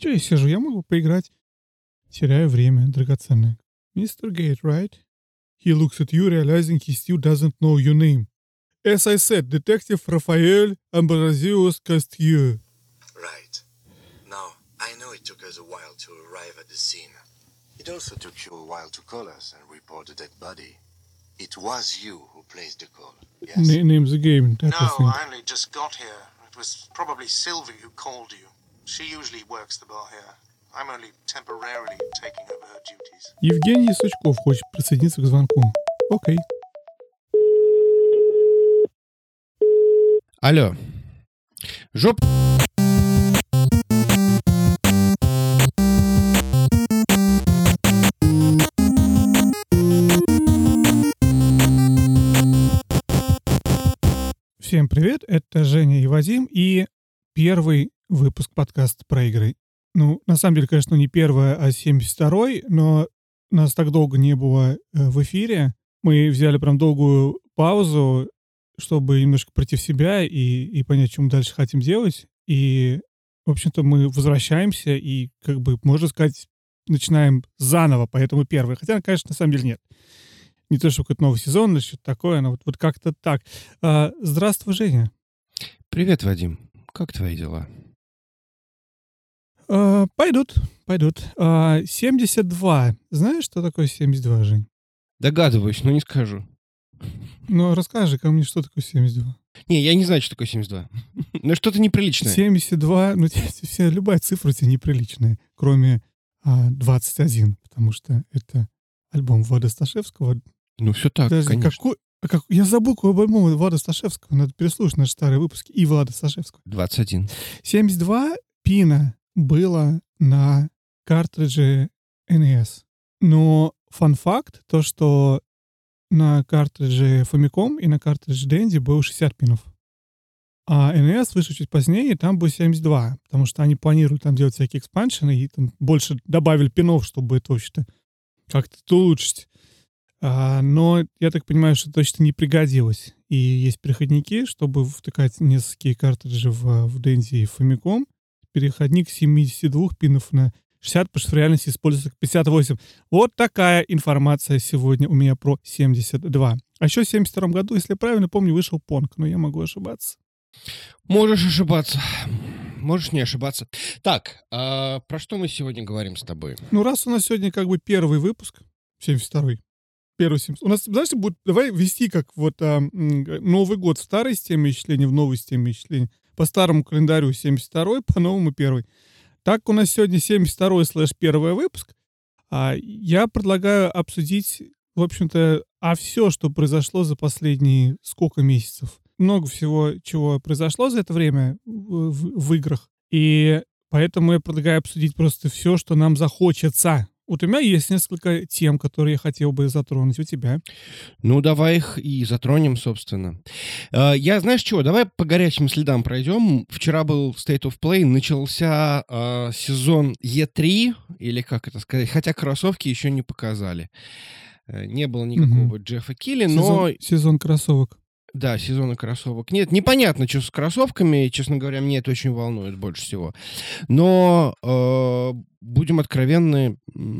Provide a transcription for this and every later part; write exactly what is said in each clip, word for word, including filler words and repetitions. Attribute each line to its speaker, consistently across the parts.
Speaker 1: Что я сижу? Я могу поиграть. Теряю время драгоценное. мистер Gate, right? He looks at you, realizing he still doesn't know your name. As I said, Detective Rafael Ambrosius Castillo.
Speaker 2: Right. Now, I know it took us a while to arrive at the scene. It also took you a while to call us and report the dead body. It was you who placed the call, yes?
Speaker 1: Na- name the game, type
Speaker 3: No,
Speaker 1: of thing.
Speaker 3: I only just got here. It was probably Sylvie who called you. She usually works the bar here. I'm only temporarily taking over her duties.
Speaker 1: Евгений Сучков хочет присоединиться к звонку. Окей.
Speaker 4: Алло. Жоп...
Speaker 1: Всем привет, это Женя и Вадим, и первый выпуск подкаста про игры. Ну, на самом деле, конечно, не первый, а семьдесят второй, но нас так долго не было э, в эфире. Мы взяли прям долгую паузу, чтобы немножко прийти в себя и, и понять, что мы дальше хотим делать. И, в общем-то, мы возвращаемся и, как бы, можно сказать, начинаем заново, поэтому первый. Хотя, конечно, на самом деле нет. Не то, что какой-то новый сезон или что-то такое, но вот, вот как-то так. А, здравствуй, Женя.
Speaker 4: Привет, Вадим. Как твои дела?
Speaker 1: А, пойдут, пойдут. А, семьдесят два. Знаешь, что такое семьдесят два, Жень?
Speaker 4: Догадываюсь, но не скажу.
Speaker 1: Ну, расскажи ко мне, что такое семьдесят два.
Speaker 4: Не, я не знаю, что такое семьдесят два. Но что-то неприличное.
Speaker 1: семьдесят два, ну, все, любая цифра у тебя неприличная, кроме а, двадцать один, потому что это альбом Влада Сташевского.
Speaker 4: Ну, все так,
Speaker 1: Подожди,
Speaker 4: конечно.
Speaker 1: Какой, а как, я забыл, какой альбом Влада Сташевского. Надо переслушать наши старые выпуски и Влада Сташевского.
Speaker 4: двадцать один.
Speaker 1: семьдесят два пина было на картридже эн и эс. Но фан-факт, то, что на картридже Famicom и на картридже Dendy было шестьдесят пинов. А эн и эс вышел чуть позднее, и там было семьдесят два, потому что они планировали там делать всякие экспаншены, и там больше добавили пинов, чтобы это вообще-то как-то улучшить. А, но я так понимаю, что точно не пригодилось. И есть переходники, чтобы втыкать несколько картриджей в, в Dendy и Famicom. Переходник семьдесят два пинов на шестьдесят, потому что в реальности используется пятьдесят восемь. Вот такая информация сегодня у меня про семьдесят два. А еще в семьдесят втором году, если я правильно помню, вышел Понг, но я могу ошибаться.
Speaker 4: Можешь ошибаться. Можешь не ошибаться. Так, а про что мы сегодня говорим с тобой?
Speaker 1: Ну, раз у нас сегодня как бы первый выпуск, семьдесят второй, первый семьдесят. У нас, знаешь, будет, давай вести как вот а, Новый год в старой системе исчисления, в новой системе исчисления. По старому календарю семьдесят второй, по новому первый. Так у нас сегодня семьдесят второй слэш первый выпуск. А я предлагаю обсудить, в общем-то, а все, что произошло за последние сколько месяцев. Много всего, чего произошло за это время в, в, в играх. И поэтому я предлагаю обсудить просто все, что нам захочется. Вот у меня есть несколько тем, которые я хотел бы затронуть. У тебя?
Speaker 4: Ну, давай их и затронем, собственно. А, Я, знаешь чего, давай по горячим следам пройдем. Вчера был State of Play, начался а, сезон и три, или как это сказать, хотя кроссовки еще не показали. Э, Не было никакого Джеффа Килли, но...
Speaker 1: Сезон, сезон кроссовок.
Speaker 4: Да, сезона кроссовок нет. Непонятно, что с кроссовками. Честно говоря, мне это очень волнует больше всего. Но э, будем откровенны,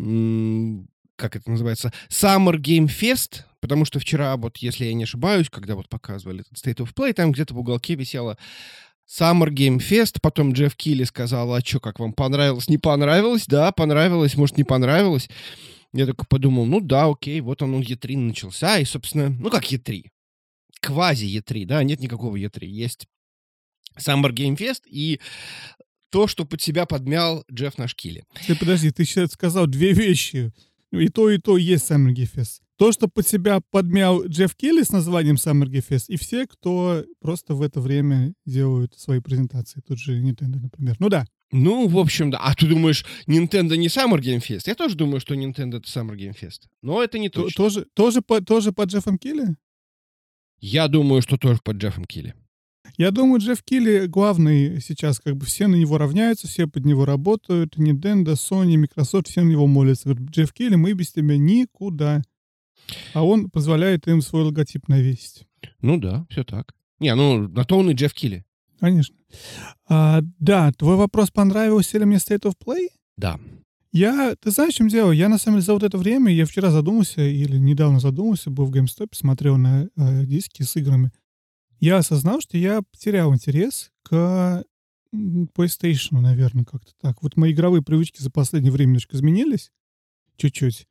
Speaker 4: м, как это называется, Summer Game Fest, потому что вчера, вот, если я не ошибаюсь, когда вот показывали этот State of Play, там где-то в уголке висело Summer Game Fest, потом Джефф Килли сказал, а что, как вам понравилось? Не понравилось? Да, понравилось, может, не понравилось. Я только подумал, ну да, окей, вот он, и три начался, и, собственно, ну как и три? Квази и три, да, нет никакого и три. Есть Summer Game Fest и то, что под себя подмял Джефф наш Килли.
Speaker 1: Ты подожди, ты сейчас сказал две вещи. И то, и то есть Summer Game Fest. То, что под себя подмял Джефф Килли с названием Summer Game Fest, и все, кто просто в это время делают свои презентации. Тут же Nintendo, например. Ну да.
Speaker 4: Ну, в общем, да. А ты думаешь, Nintendo не Summer Game Fest? Я тоже думаю, что Nintendo — это Summer Game Fest. Но это не
Speaker 1: То-
Speaker 4: точно.
Speaker 1: Тоже, тоже, по, тоже под Джеффом Килли?
Speaker 4: Я думаю, что тоже под Джеффом Килли.
Speaker 1: Я думаю, Джефф Килли главный сейчас, как бы все на него равняются, все под него работают. Nintendo, Sony, Microsoft, все на него молятся. Говорят, Джефф Килли, мы без тебя никуда. А он позволяет им свой логотип навесить.
Speaker 4: Ну да, все так. Не, ну на то он и Джефф Килли.
Speaker 1: Конечно. А, да, твой вопрос, понравился ли мне State of Play?
Speaker 4: Да.
Speaker 1: Я, ты знаешь, в чем дело? Я, на самом деле, за вот это время, я вчера задумался, или недавно задумался, был в GameStop, смотрел на э, диски с играми. Я осознал, что я потерял интерес к м, PlayStation, наверное, как-то так. Вот мои игровые привычки за последнее время немножко изменились, чуть-чуть.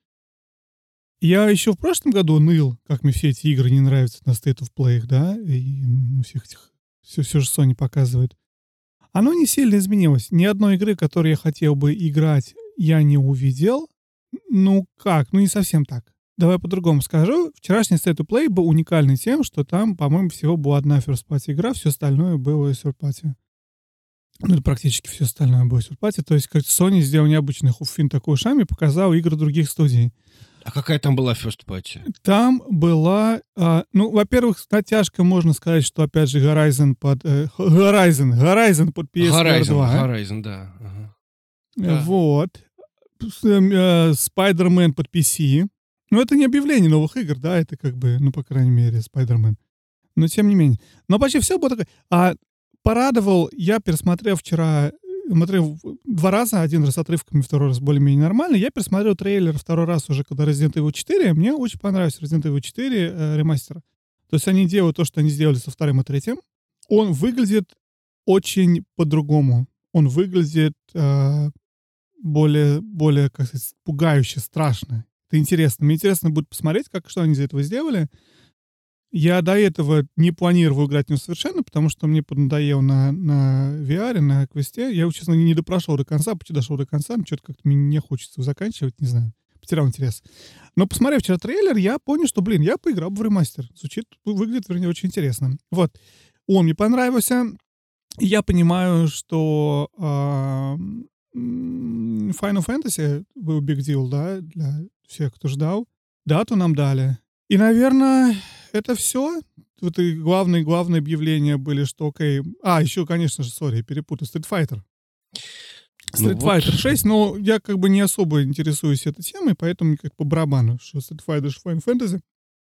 Speaker 1: Я еще в прошлом году ныл, как мне все эти игры не нравятся на State of Play, да, и м, всех этих, все, все же Sony показывает. Оно не сильно изменилось. Ни одной игры, которую я хотел бы играть, я не увидел. Ну как? Ну не совсем так. Давай по-другому скажу. Вчерашний State of Play был уникальный тем, что там, по-моему, всего была одна First Party игра, все остальное было Third Party. Ну, это практически все остальное было Third Party. То есть, как Sony сделал необычный финт такой ушами, показал игры других студий.
Speaker 4: А какая там была First Party?
Speaker 1: Там была, а, ну, во-первых, с натяжкой можно сказать, что, опять же, Horizon под... Э, Horizon, Horizon под пи эс ви ар
Speaker 4: Horizon,
Speaker 1: два.
Speaker 4: Horizon, да. Ага.
Speaker 1: Э,
Speaker 4: Да.
Speaker 1: Вот. С- эм, э, Spider-Man под пи си. Ну, это не объявление новых игр, да, это как бы, ну, по крайней мере, Spider-Man. Но тем не менее. Но почти все было такое. А порадовал, я пересмотрел вчера, смотрел два раза, один раз отрывками, второй раз более-менее нормально. Я пересмотрел трейлер второй раз уже, когда Resident Evil четыре. Мне очень понравился Resident Evil четыре э, ремастер. То есть они делают то, что они сделали со вторым и третьим. Он выглядит очень по-другому. Он выглядит э, более, более, как сказать, пугающе, страшно. Это интересно. Мне интересно будет посмотреть, как, что они из этого сделали. Я до этого не планировал играть в него совершенно, потому что мне поднадоел на, на ви ар, на квесте. Я его, честно, не допрошел до конца, почти дошел до конца, но что-то как-то мне не хочется его заканчивать, не знаю. Потерял интерес. Но, посмотрев вчера трейлер, я понял, что, блин, я поиграл бы в ремастер. Звучит, выглядит, вернее, очень интересно. Вот. Он мне понравился. И я понимаю, что а, м, Final Fantasy был big deal, да, для всех, кто ждал. Дату нам дали. И, наверное, это все. Вот и главные, главные объявления были, что окей. А, еще, конечно же, сори, я перепутал. Street Fighter.
Speaker 4: Ну
Speaker 1: Street
Speaker 4: вот.
Speaker 1: Fighter шесть, но я как бы не особо интересуюсь этой темой, поэтому мне как по барабану, что Street Fighter, что Final Fantasy.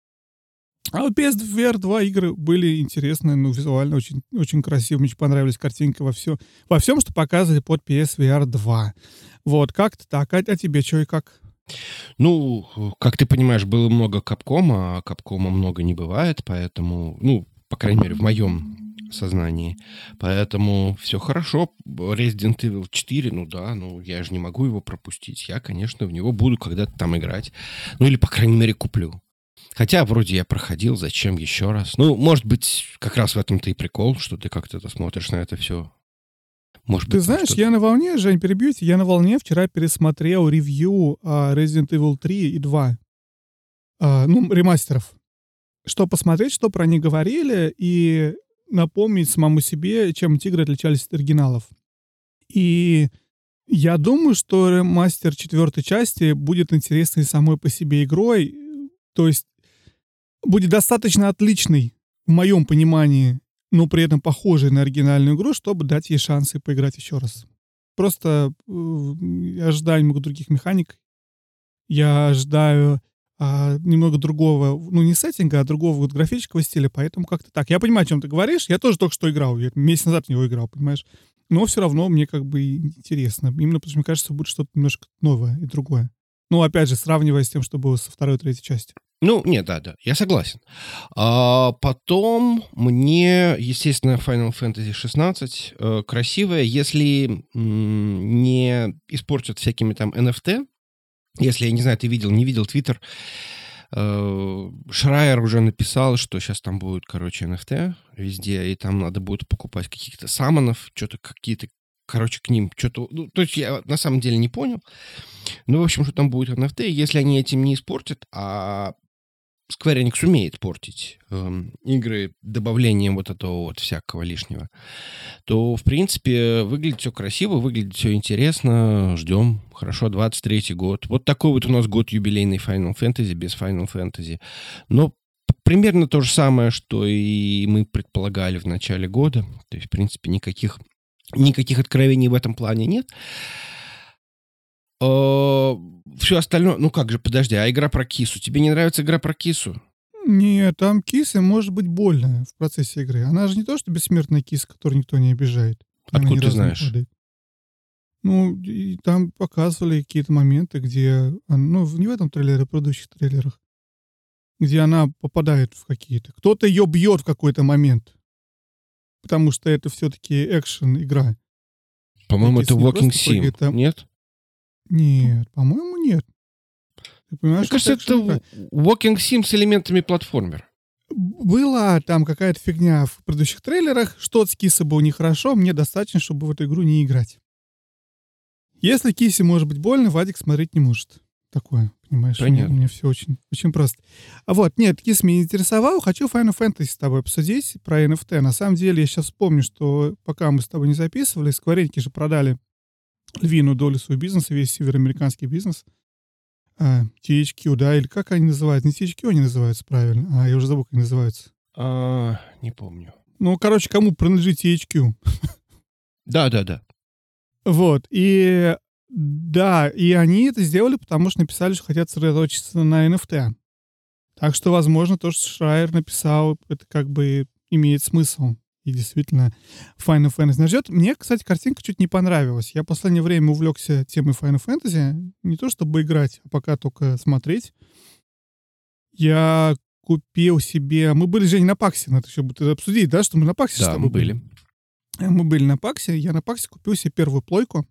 Speaker 1: А вот пи эс ви ар два игры были интересные, ну, визуально очень, очень красиво. Мне очень понравились картинки во всем, во всем, что показывали под пи эс ви ар два. Вот, как-то так. А, а тебе что и как?
Speaker 4: Ну, как ты понимаешь, было много Капкома, а Капкома много не бывает, поэтому, ну, по крайней мере, в моем сознании. Поэтому все хорошо. Resident Evil четыре, ну да, ну я же не могу его пропустить. Я, конечно, в него буду когда-то там играть. Ну или, по крайней мере, куплю. Хотя вроде я проходил, зачем еще раз? Ну, может быть, как раз в этом-то и прикол, что ты как-то смотришь на это все. Может
Speaker 1: Ты
Speaker 4: быть, там
Speaker 1: знаешь,
Speaker 4: что-то-
Speaker 1: я на волне, Жень, перебьюсь, я на волне вчера пересмотрел ревью а, Resident Evil три и два. А, ну, ремастеров. Что посмотреть, что про них говорили, и напомнить самому себе, чем эти игры отличались от оригиналов. И я думаю, что ремастер четвертой части будет интересной самой по себе игрой. То есть будет достаточно отличный, в моем понимании, но при этом похожий на оригинальную игру, чтобы дать ей шансы поиграть еще раз. Просто э, я ожидаю немного других механик. Я ожидаю а, немного другого, ну не сеттинга, а другого вот графического стиля, поэтому как-то так. Я понимаю, о чем ты говоришь. Я тоже только что играл. Я месяц назад в него играл, понимаешь? Но все равно мне как бы интересно. Именно потому что мне кажется, будет что-то немножко новое и другое. Ну, опять же, сравнивая с тем, что было со второй и третьей части.
Speaker 4: Ну, нет, да, да, я согласен. А потом мне, естественно, Final Fantasy шестнадцать э, красивая, если м, не испортят всякими там эн эф ти. Если, я не знаю, ты видел, не видел Твиттер, э, Шрайер уже написал, что сейчас там будет, короче, эн эф ти везде, и там надо будет покупать каких-то самонов, что-то какие-то, короче, к ним что-то... Ну, то есть я на самом деле не понял. Ну, в общем, что там будет эн эф ти. Если они этим не испортят, а Square Enix умеет портить э, игры добавлением вот этого вот всякого лишнего, то, в принципе, выглядит все красиво, выглядит все интересно. Ждем. Хорошо, двадцать третий год. Вот такой вот у нас год юбилейный Final Fantasy без Final Fantasy. Но примерно то же самое, что и мы предполагали в начале года. То есть, в принципе, никаких, никаких откровений в этом плане нет. Все остальное... Ну как же, подожди, а игра про кису? Тебе не нравится игра про кису?
Speaker 1: Не, там кисе может быть больно в процессе игры. Она же не то, что бессмертная киса, которую никто не обижает. Она ни
Speaker 4: Откуда ты
Speaker 1: разу не
Speaker 4: знаешь?
Speaker 1: падает. Ну, и там показывали какие-то моменты, где... он- Ну, в- не в этом трейлере, а в предыдущих трейлерах. Где она попадает в какие-то... Кто-то ее бьет в какой-то момент. Потому что это все-таки экшен-игра.
Speaker 4: По-моему, это
Speaker 1: Киса не
Speaker 4: Walking
Speaker 1: просто прыгает,
Speaker 4: Sim,
Speaker 1: а...
Speaker 4: нет?
Speaker 1: Нет, по-моему, нет. Ты понимаешь,
Speaker 4: Мне
Speaker 1: что
Speaker 4: кажется, это
Speaker 1: экшен-игра.
Speaker 4: Walking Sim с элементами платформера.
Speaker 1: Была там какая-то фигня в предыдущих трейлерах. Что-то с кисой было нехорошо. Мне достаточно, чтобы в эту игру не играть. Если кисе может быть больно, Вадик смотреть не может. Такое, понимаешь? У меня, у
Speaker 4: Понятно.
Speaker 1: меня все очень, очень просто. А вот, нет, кис меня интересовал. Хочу Final Fantasy с тобой обсудить про эн эф ти. На самом деле, я сейчас вспомню, что пока мы с тобой не записывали, Скворечники же продали львиную долю своего бизнеса, весь североамериканский бизнес. А, ти эйч кью, да, или как они называются? Не ти эйч кью они называются правильно, а я уже забыл, как они называются.
Speaker 4: А, не помню.
Speaker 1: Ну, короче, кому принадлежит ти эйч кью?
Speaker 4: Да-да-да.
Speaker 1: Вот, и да, и они это сделали, потому что написали, что хотят сосредоточиться на эн эф ти. Так что, возможно, то, что Шрайер написал, это как бы имеет смысл. И действительно, Final Fantasy нас ждет. Мне, кстати, картинка чуть не понравилась. Я в последнее время увлекся темой Final Fantasy. Не то чтобы играть, а пока только смотреть. Я купил себе... Мы были, Жень, на Паксе. Надо еще будет это обсудить, да, что мы на Паксе с
Speaker 4: Да,
Speaker 1: тобой
Speaker 4: мы были.
Speaker 1: Мы были на Паксе. Я на Паксе купил себе первую плойку.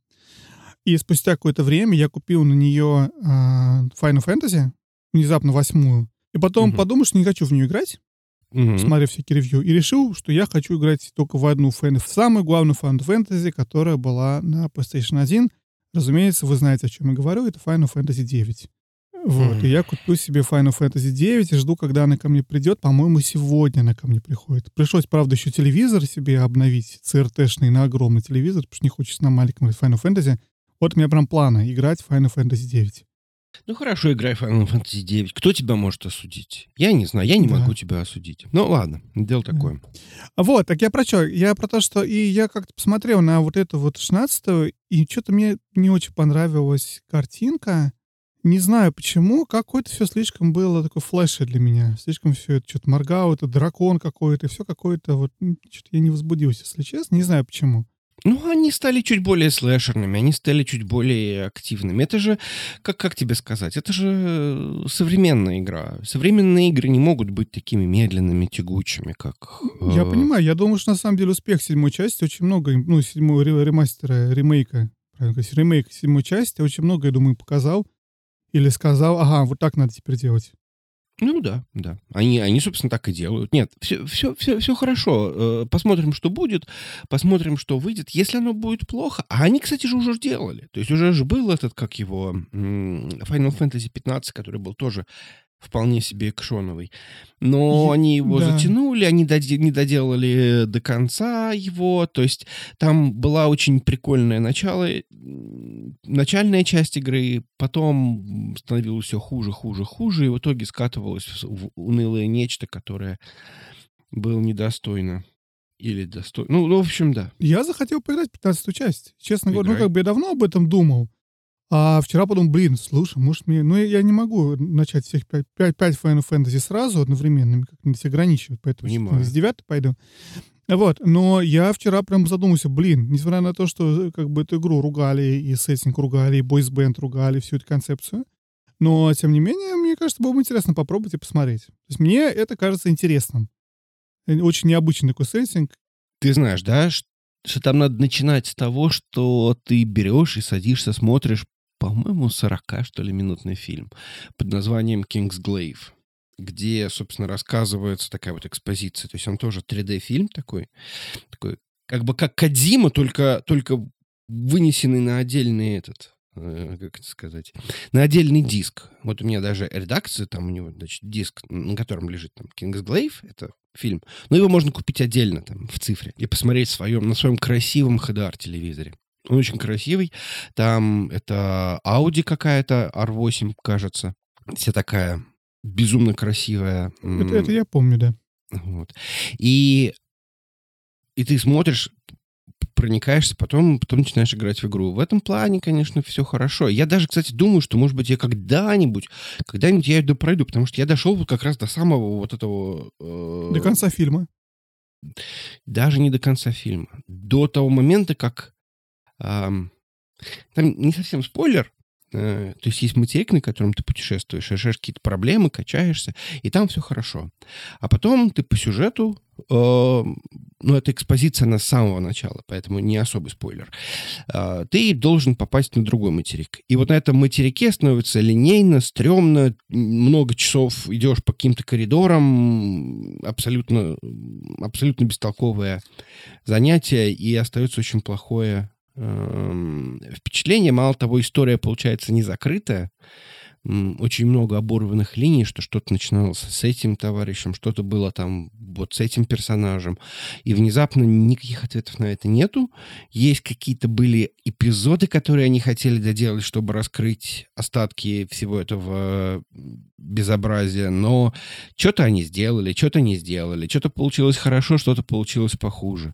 Speaker 1: И спустя какое-то время я купил на нее э, Final Fantasy, внезапно восьмую. И потом
Speaker 4: Мгм.
Speaker 1: подумал, что не хочу в нее играть,
Speaker 4: Мгм.
Speaker 1: смотрев всякие ревью, и решил, что я хочу играть только в одну фэн... в самую главную Final Fantasy, которая была на PlayStation один. Разумеется, вы знаете, о чем я говорю, это Final Fantasy девять. Вот,
Speaker 4: Мгм.
Speaker 1: и я купил себе Final Fantasy девять и жду, когда она ко мне придет. По-моему, сегодня она ко мне приходит. Пришлось, правда, еще телевизор себе обновить, си эр ти-шный на огромный телевизор, потому что не хочется на маленьком Final Fantasy. Вот у меня прям планы играть в Final Fantasy девять.
Speaker 4: Ну хорошо, играй в Final Fantasy девять. Кто тебя может осудить? Я не знаю, я не
Speaker 1: Да.
Speaker 4: могу тебя осудить. Ну ладно, дело такое.
Speaker 1: А Вот, так я про что? Я про то, что и я как-то посмотрел на вот эту вот шестнадцатую, и что-то мне не очень понравилась картинка. Не знаю почему, какое-то все слишком было такое флеши для меня. Слишком все это что-то моргало, это дракон какой-то, все какое-то вот... Что-то я не возбудился, если честно. Не знаю почему.
Speaker 4: Ну, они стали чуть более слэшерными, они стали чуть более активными. Это же, как, как тебе сказать, это же э, современная игра. Современные игры не могут быть такими медленными, тягучими, как...
Speaker 1: Я
Speaker 4: э,
Speaker 1: понимаю, я думаю, что на самом деле успех седьмой части очень много, им- ну, седьмого ре- ремастера, ремейка, правильно говорить, ремейк седьмой части очень много, я думаю, показал или сказал, ага, вот так надо теперь делать.
Speaker 4: Ну да, да. Они, они, собственно, так и делают. Нет, все, все, все, все хорошо. Э, Посмотрим, что будет, посмотрим, что выйдет. Если оно будет плохо, а они, кстати же, уже делали. То есть уже же был этот, как его, м, Final Fantasy пятнадцать, который был тоже вполне себе экшоновый. Но
Speaker 1: Е-
Speaker 4: они его
Speaker 1: да.
Speaker 4: затянули, они доде- не доделали до конца его. То есть там была очень прикольное начало, м, начальная часть игры, потом становилось все хуже, хуже, хуже, и в итоге скатывалось в с- в унылое нечто, которое было недостойно. Или достойно. Ну, ну, в общем, да.
Speaker 1: Я захотел поиграть в пятнадцатую часть. Честно говоря, ну,
Speaker 4: Играй.
Speaker 1: как бы я давно об этом думал. А вчера подумал, блин, слушай, может мне... Ну, я, я не могу начать всех пять, пять, пять Final Fantasy сразу одновременно, мне как-то все ограничивают, поэтому
Speaker 4: Понимаю.
Speaker 1: с девятой пойду. Вот, но я вчера прям задумался, блин, несмотря на то, что э, как бы эту игру ругали, и сеттинг ругали, и бойсбенд ругали, всю эту концепцию, но, тем не менее, мне кажется, было бы интересно попробовать и посмотреть. То есть мне это кажется интересным. Э, Очень необычный такой сеттинг.
Speaker 4: Ты знаешь, да, ш- что там надо начинать с того, что ты берешь и садишься, смотришь, по-моему, сорока, что ли, минутный фильм под названием «Kingsglaive», где, собственно, рассказывается такая вот экспозиция. То есть он тоже три дэ-фильм такой, такой как бы как Кодзима, только, только вынесенный на отдельный этот, э, как это сказать, на отдельный диск. Вот у меня даже редакция, там у него, значит, диск, на котором лежит там «Kingsglaive», это фильм. Но его можно купить отдельно там в цифре и посмотреть в своем, на своем красивом эйч ди ар-телевизоре. Он очень красивый. Там это Audi какая-то, ар восемь, кажется. Вся такая безумно красивая. м,
Speaker 1: Это, это я помню, да.
Speaker 4: вот. И, и ты смотришь, проникаешься, потом, потом начинаешь играть в игру. В этом плане, конечно, все хорошо. Я даже, кстати, думаю, что, может быть, я когда-нибудь, когда-нибудь я ее пройду, потому что я дошел вот как раз до самого вот этого... э,
Speaker 1: До конца фильма.
Speaker 4: Даже не до конца фильма. До того момента, как... ам, там не совсем спойлер. э, То есть есть материк, на котором ты путешествуешь, решаешь какие-то проблемы, качаешься, и там все хорошо. А потом ты по сюжету... э, Ну, это экспозиция на с самого начала, поэтому не особый спойлер. а, Ты должен попасть на другой материк. И вот на этом материке становится линейно, стрёмно, много часов идешь по каким-то коридорам, абсолютно, абсолютно бестолковое занятие, и остается очень плохое эм, впечатление. Мало того, история получается не закрытая. М, Очень много оборванных линий, что что-то начиналось с этим товарищем, что-то было там вот с этим персонажем. И внезапно никаких ответов на это нету. Есть какие-то были эпизоды, которые они хотели доделать, чтобы раскрыть остатки всего этого безобразия. Но что-то они сделали, что-то не сделали. Что-то получилось хорошо, что-то получилось похуже.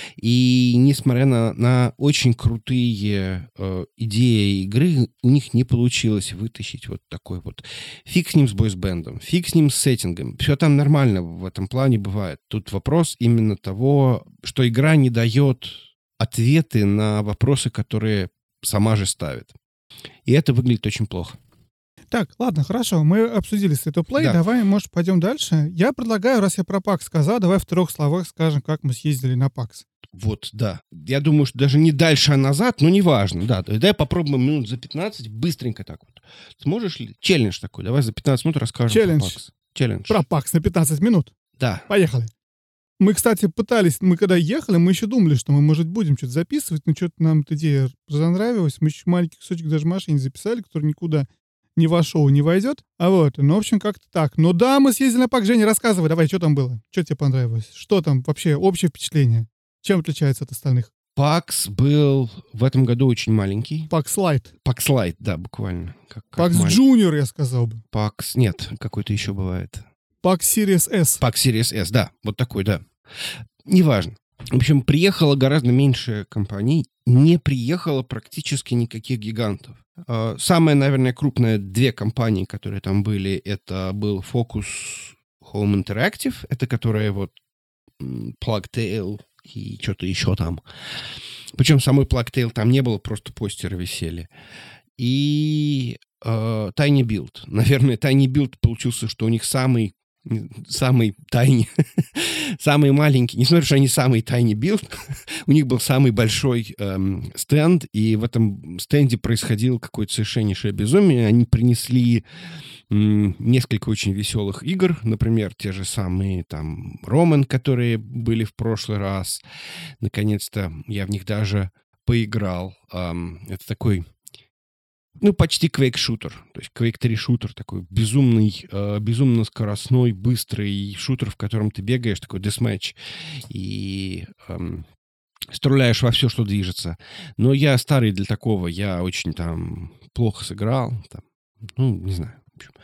Speaker 4: И несмотря на, на очень крутые э, идеи игры, у них не получилось вытащить вот такой вот... Фиг с ним с бойсбендом, фиг с ним с сеттингом. Все там нормально в этом плане бывает. Тут вопрос именно того, что игра не дает ответы на вопросы, которые сама же ставит. И это выглядит очень плохо.
Speaker 1: Так, ладно, хорошо, мы обсудили State of Play,
Speaker 4: Да.
Speaker 1: давай, может, пойдем дальше. Я предлагаю, раз я про пакс сказал, давай в трех словах скажем, как мы съездили на пакс.
Speaker 4: Вот, да. Я думаю, что даже не дальше, а назад, но неважно. Да, дай попробуем минут за пятнадцать, быстренько так вот. Сможешь ли? Челлендж такой. Давай за пятнадцать минут расскажем
Speaker 1: Челлендж.
Speaker 4: про пакс. Челлендж.
Speaker 1: Про пакс на пятнадцать минут.
Speaker 4: Да.
Speaker 1: Поехали. Мы, кстати, пытались, мы когда ехали, мы еще думали, что мы, может, будем что-то записывать, но что-то нам эта идея занравилась. Мы еще маленький кусочек даже в машине записали, который никуда не вошел, не войдет. А вот, ну, в общем, как-то так. Ну да, мы съездили на пакс. Женя, рассказывай, давай, что там было? Что тебе понравилось? Что там вообще, общее впечатление? Чем отличается от остальных?
Speaker 4: пакс был в этом году очень маленький.
Speaker 1: Пакс Лайт.
Speaker 4: пакс Лайт, да, буквально. Как, как
Speaker 1: Пакс
Speaker 4: маль-
Speaker 1: Джуниор, я сказал бы.
Speaker 4: пакс, нет, какой-то еще бывает.
Speaker 1: Пакс Series S.
Speaker 4: пакс Series S, да, вот такой, да. Неважно. В общем, приехало гораздо меньше компаний, не приехало практически никаких гигантов. А, Самые, наверное, крупные две компании, которые там были, это был Focus Home Interactive, это которая вот м, Plugtail и что-то еще там. Причем самой Plugtail там не было, просто постеры висели. И э, Tiny Build. Наверное, Tiny Build получился, что у них самый самый tiny, самый маленький, несмотря на то, что они самый tiny build, у них был самый большой эм, стенд, и в этом стенде происходило какое-то совершеннейшее безумие. Они принесли м, несколько очень веселых игр, например, те же самые там Roman, которые были в прошлый раз. Наконец-то я в них даже поиграл. Эм, это такой... Ну, почти Quake-шутер. То есть Quake три шутер, такой безумный, э, безумно скоростной, быстрый шутер, в котором ты бегаешь, такой десматч, и эм, стреляешь во все, что движется. Но я старый для такого, я очень там плохо сыграл. Там, ну, не знаю. В общем.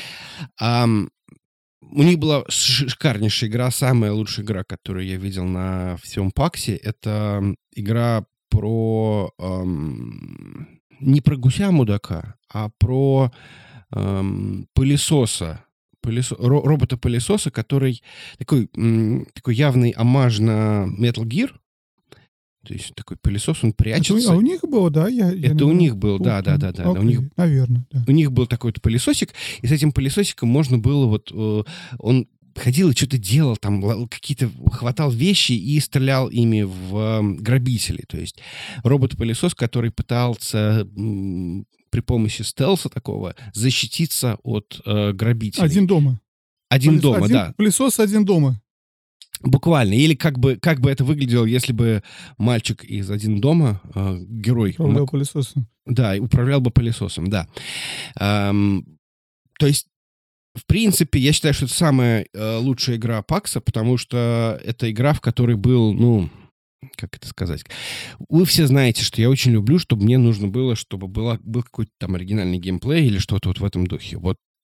Speaker 4: Ам, у них была шикарнейшая игра, самая лучшая игра, которую я видел на всем паксе. Это игра про... Эм, не про гуся-мудака, а про эм, пылесоса, пылесо, ро, робота-пылесоса, который такой, м, такой явный оммаж на Metal Gear. То есть такой пылесос, он прячется.
Speaker 1: Это, а у них было, да? Я, я,
Speaker 4: Это у
Speaker 1: наверное,
Speaker 4: них был, да, да, да, да. да. У них,
Speaker 1: наверное, да.
Speaker 4: у них был такой-то пылесосик, и с этим пылесосиком можно было вот... Э, он ходил и что-то делал, там какие-то хватал вещи и стрелял ими в э, грабителей. То есть робот-пылесос, который пытался м, при помощи стелса такого защититься от э, грабителей.
Speaker 1: Один дома.
Speaker 4: Один
Speaker 1: Пылес,
Speaker 4: дома,
Speaker 1: один,
Speaker 4: да.
Speaker 1: Пылесос один дома.
Speaker 4: Буквально. Или как бы, как бы это выглядело, если бы мальчик из «Один дома», э, герой...
Speaker 1: Управлял
Speaker 4: мог,
Speaker 1: пылесосом.
Speaker 4: Да, управлял бы пылесосом, да. Эм, то есть в принципе, я считаю, что это самая э, лучшая игра пакса, потому что это игра, в которой был, ну, как это сказать? Вы все знаете, что я очень люблю, чтобы мне нужно было, чтобы была, был какой-то там оригинальный геймплей или что-то вот в этом духе. Вот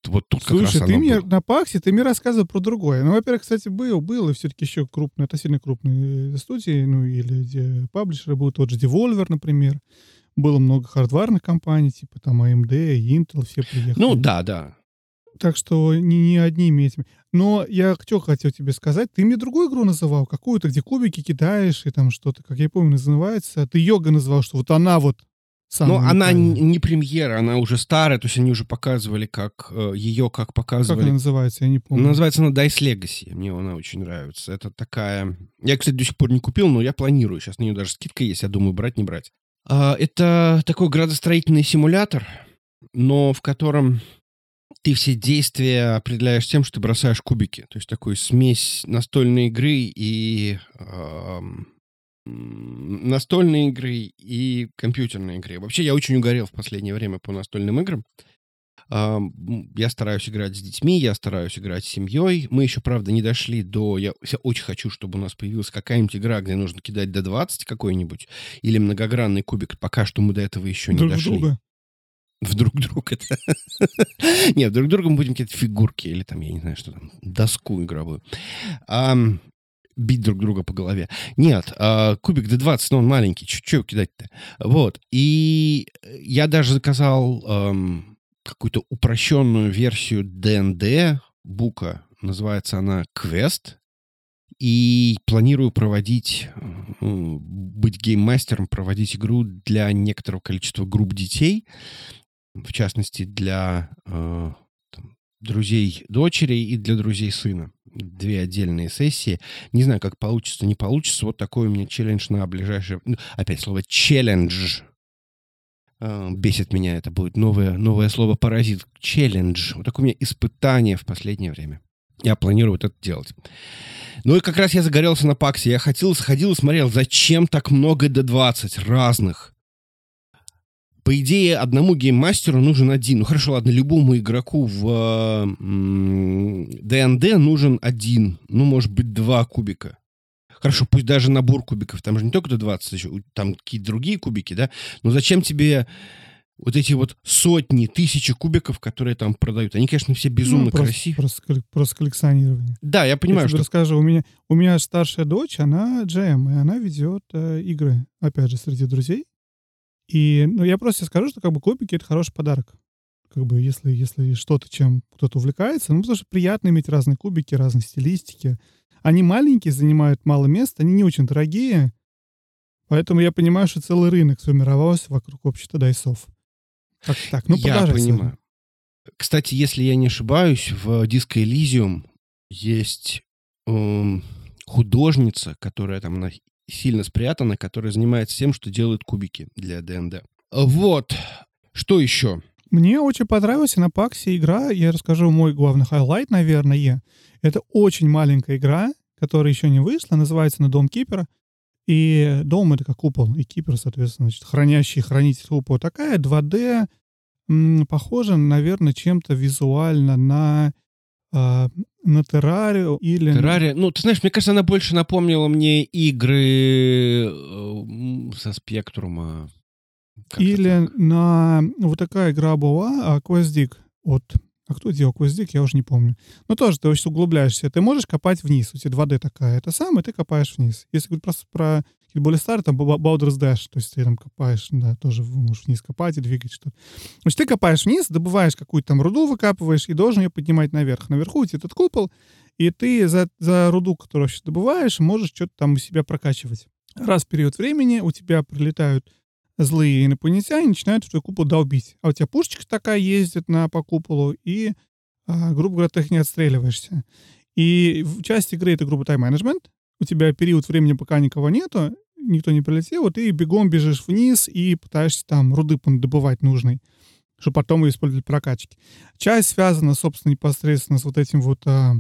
Speaker 4: вот тут как раз
Speaker 1: Слушай, ты
Speaker 4: оно
Speaker 1: мне
Speaker 4: было.
Speaker 1: на Паксе, ты мне рассказывал про другое. Ну, во-первых, кстати, был, был, и все-таки еще крупные, относительно крупные студии, ну, или где паблишеры был тот же Devolver, например. Было много хардварных компаний, типа там эй эм ди, Intel, все приехали.
Speaker 4: Ну, да, да.
Speaker 1: Так что не, не одними этими. Но я что хотел тебе сказать, ты мне другую игру называл, какую-то, где кубики кидаешь, и там что-то, как я помню, называется. Ты Йога называл, что вот она вот самая
Speaker 4: Но она
Speaker 1: уникальная.
Speaker 4: н- не премьера, она уже старая, то есть они уже показывали, как э, ее как
Speaker 1: Как она
Speaker 4: показывали.
Speaker 1: называется, я не помню.
Speaker 4: Называется она Dice Legacy. Мне она очень нравится. Это такая... Я, кстати, до сих пор не купил, но я планирую. Сейчас на нее даже скидка есть. Я думаю, брать, не брать. А, это такой градостроительный симулятор, но в котором ты все действия определяешь тем, что ты бросаешь кубики. То есть такой смесь настольной игры и... ам, м, настольной игры и компьютерной игры. Вообще, я очень угорел в последнее время по настольным играм. Ам, м, Я стараюсь играть с детьми, я стараюсь играть с семьей. Мы еще, правда, не дошли до... Я я очень хочу, чтобы у нас появилась какая-нибудь игра, где нужно кидать ди двадцать какой-нибудь, или многогранный кубик. Пока что мы до этого еще не
Speaker 1: Друг в
Speaker 4: дошли.
Speaker 1: друга.
Speaker 4: В друг друга. это. Нет, друг друга мы будем какие-то фигурки или там, я не знаю, что там, доску игровую. Ам, Бить друг друга по голове. Нет, а, кубик ди двадцать, ну, он маленький, что кидать-то? Вот. И я даже заказал ам, какую-то упрощенную версию ди энд ди, бука, называется она Quest, и планирую проводить, м, быть гейммастером, проводить игру для некоторого количества групп детей, в частности, для э, там, друзей дочери и для друзей сына. Две отдельные сессии. Не знаю, как получится, не получится. Вот такой у меня челлендж на ближайшее... ну, Опять слово «челлендж». Э, Бесит меня, это будет новое, новое слово «паразит». Челлендж. Вот такое у меня испытание в последнее время. Я планирую вот это делать. Ну и как раз я загорелся на Паксе. Я ходил, сходил и смотрел, зачем так много ди двадцать разных. По идее, одному гейммастеру нужен один. Ну хорошо, ладно, любому игроку в ди энд ди нужен один. Ну, может быть, два кубика. Хорошо, пусть даже набор кубиков. Там же не только ди двадцать, еще, там какие-то другие кубики, да? Но зачем тебе вот эти вот сотни, тысячи кубиков, которые там продают? Они, конечно, все безумно
Speaker 1: Ну, просто,
Speaker 4: красивые.
Speaker 1: просто, коллек- просто коллекционирование.
Speaker 4: Да, я понимаю,
Speaker 1: я тебе
Speaker 4: что...
Speaker 1: расскажу, у меня, у меня старшая дочь, она джи эм, и она ведет э, игры, опять же, среди друзей. И ну, я просто скажу, что как бы кубики — это хороший подарок. Как бы если, если что-то, чем кто-то увлекается, ну, потому что приятно иметь разные кубики, разные стилистики. Они маленькие, занимают мало места, они не очень дорогие. Поэтому я понимаю, что целый рынок сформировался вокруг общества дайсов. Как так? Ну,
Speaker 4: Я
Speaker 1: продолжай, Саша.
Speaker 4: понимаю. Кстати, если я не ошибаюсь, в Disco Elysium есть эм, художница, которая там она сильно спрятана, которая занимается тем, что делает кубики для ди энд ди. Вот. Что еще?
Speaker 1: Мне очень понравилась на Паксе игра. Я расскажу мой главный хайлайт, наверное. Это очень маленькая игра, которая еще не вышла. Называется она «Дом Кипера». И дом — это как купол. И Кипер, соответственно, значит, хранящий хранитель купола. Такая два дэ, м, похожа, наверное, чем-то визуально на, а, на Террарию или...
Speaker 4: Террария. Ну, ты знаешь, мне кажется, она больше напомнила мне игры э, со Спектрума. Как-то
Speaker 1: Или
Speaker 4: так.
Speaker 1: на... Вот такая игра была, а, QuestDig от... А кто делал QuestDig, я уже не помню. Но тоже ты очень углубляешься. Ты можешь копать вниз. У тебя два дэ такая. Это самое, ты копаешь вниз. Если говорить просто про какие-то более старые, там Ba- Baldur's Dash, то есть ты там копаешь, да, тоже можешь вниз копать и двигать что-то. То есть ты копаешь вниз, добываешь какую-то там руду, выкапываешь и должен ее поднимать наверх. Наверху у тебя этот купол, и ты за, за руду, которую вообще добываешь, можешь что-то там у себя прокачивать. Раз в период времени у тебя прилетают злые инопланетяне, начинают в твой купол долбить. А у тебя пушечка такая ездит на, по куполу, и, а, грубо говоря, ты их не отстреливаешься. И в часть игры это, грубо, тайм-менеджмент. У тебя период времени, пока никого нету, никто не прилетел, ты бегом бежишь вниз и пытаешься там руды добывать нужной, чтобы потом ее использовать для прокачки. Часть связана, собственно, непосредственно с вот этим вот а,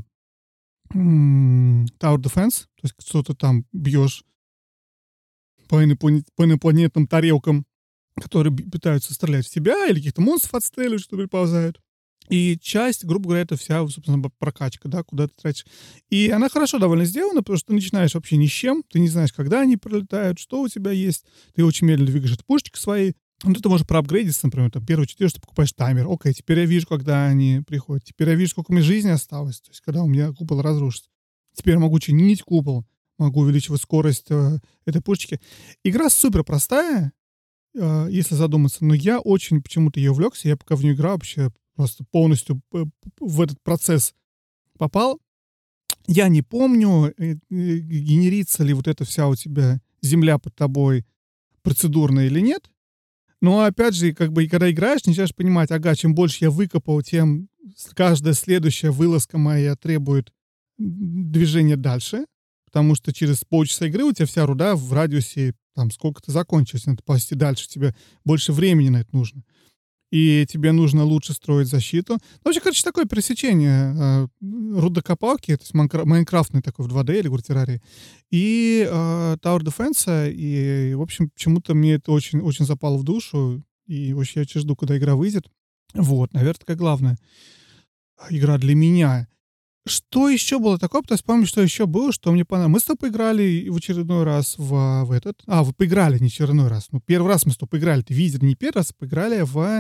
Speaker 1: м, Tower Defense, то есть что-то там бьешь по, инопланет, по инопланетным тарелкам, которые б- пытаются стрелять в тебя, или каких-то монстров отстреливать, что приползают. И часть, грубо говоря, это вся, собственно, б- прокачка, да, куда ты тратишь. И она хорошо довольно сделана, потому что ты начинаешь вообще ни с чем, ты не знаешь, когда они пролетают, что у тебя есть, ты очень медленно двигаешь от пушечки своей, Ну, ты можешь проапгрейдиться, например, там, первую четвертую, ты покупаешь таймер. Окей, теперь я вижу, когда они приходят. Теперь я вижу, сколько у меня жизни осталось. То есть, когда у меня купол разрушится. Теперь я могу чинить купол. Могу увеличивать скорость э, этой пушечки. Игра супер простая, э, если задуматься. Но я очень почему-то ее увлекся. Я пока в нее играл, вообще просто полностью п- п- в этот процесс попал. Я не помню, э, э, генерится ли вот эта вся у тебя земля под тобой процедурная или нет. Но опять же, как бы, и когда играешь, начинаешь понимать, ага, чем больше я выкопал, тем с- каждая следующая вылазка моя требует м, движения дальше, потому что через полчаса игры у тебя вся руда в радиусе, там, сколько ты закончилось, надо ползти дальше, тебе больше времени на это нужно. И тебе нужно лучше строить защиту. Ну, вообще, короче, такое пересечение э, рудокопалки, то есть майнкра- майнкрафтный такой в два дэ или в террарии, и э, Tower Defense, и, в общем, почему-то мне это очень, очень запало в душу, и вообще я очень жду, когда игра выйдет. Вот, наверное, такая главная игра для меня. Что еще было такое? Пытаюсь вспомнить, что еще было, что мне понравилось. Мы с тобой поиграли в очередной раз в, в этот... А, вы поиграли не очередной раз. Ну, первый раз мы с тобой поиграли. Ты видел, не первый раз, поиграли в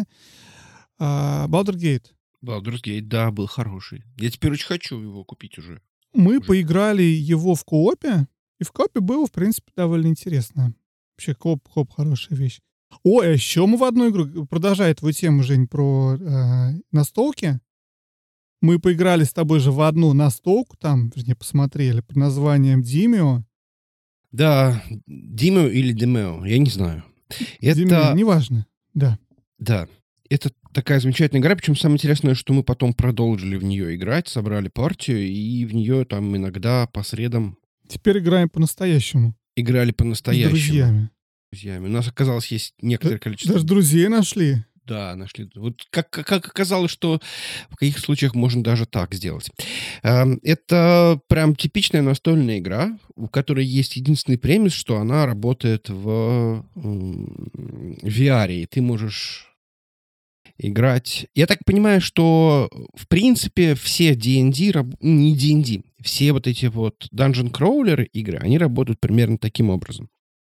Speaker 1: а, Baldur's Gate.
Speaker 4: Baldur's Gate, да, был хороший. Я теперь очень хочу его купить уже.
Speaker 1: Мы
Speaker 4: Уже.
Speaker 1: поиграли его в коопе, и в коопе было, в принципе, довольно интересно. Вообще, кооп, кооп хорошая вещь. О, а еще мы в одну игру, продолжая твою тему, Жень, про э, настолки, мы поиграли с тобой же в одну настолку, там, вернее, посмотрели, под названием Димио.
Speaker 4: Да, Димео или Демео, я не знаю. Это...
Speaker 1: Димио, неважно, да.
Speaker 4: Да, это такая замечательная игра, причем самое интересное, что мы потом продолжили в нее играть, собрали партию, и в нее там иногда по средам
Speaker 1: Теперь играем по-настоящему.
Speaker 4: играли
Speaker 1: С
Speaker 4: по-настоящему.
Speaker 1: друзьями.
Speaker 4: Друзьями. У нас оказалось есть некоторое
Speaker 1: Да-
Speaker 4: количество...
Speaker 1: Даже друзей нашли.
Speaker 4: Да, нашли. Вот как, как, как оказалось, что в каких случаях можно даже так сделать. Эм, Это прям типичная настольная игра, у которой есть единственный премис, что она работает в м, ви ар, и ты можешь играть. Я так понимаю, что в принципе все ди энд ди, раб- ну, не ди энд ди, все вот эти вот Dungeon Crawler игры, они работают примерно таким образом.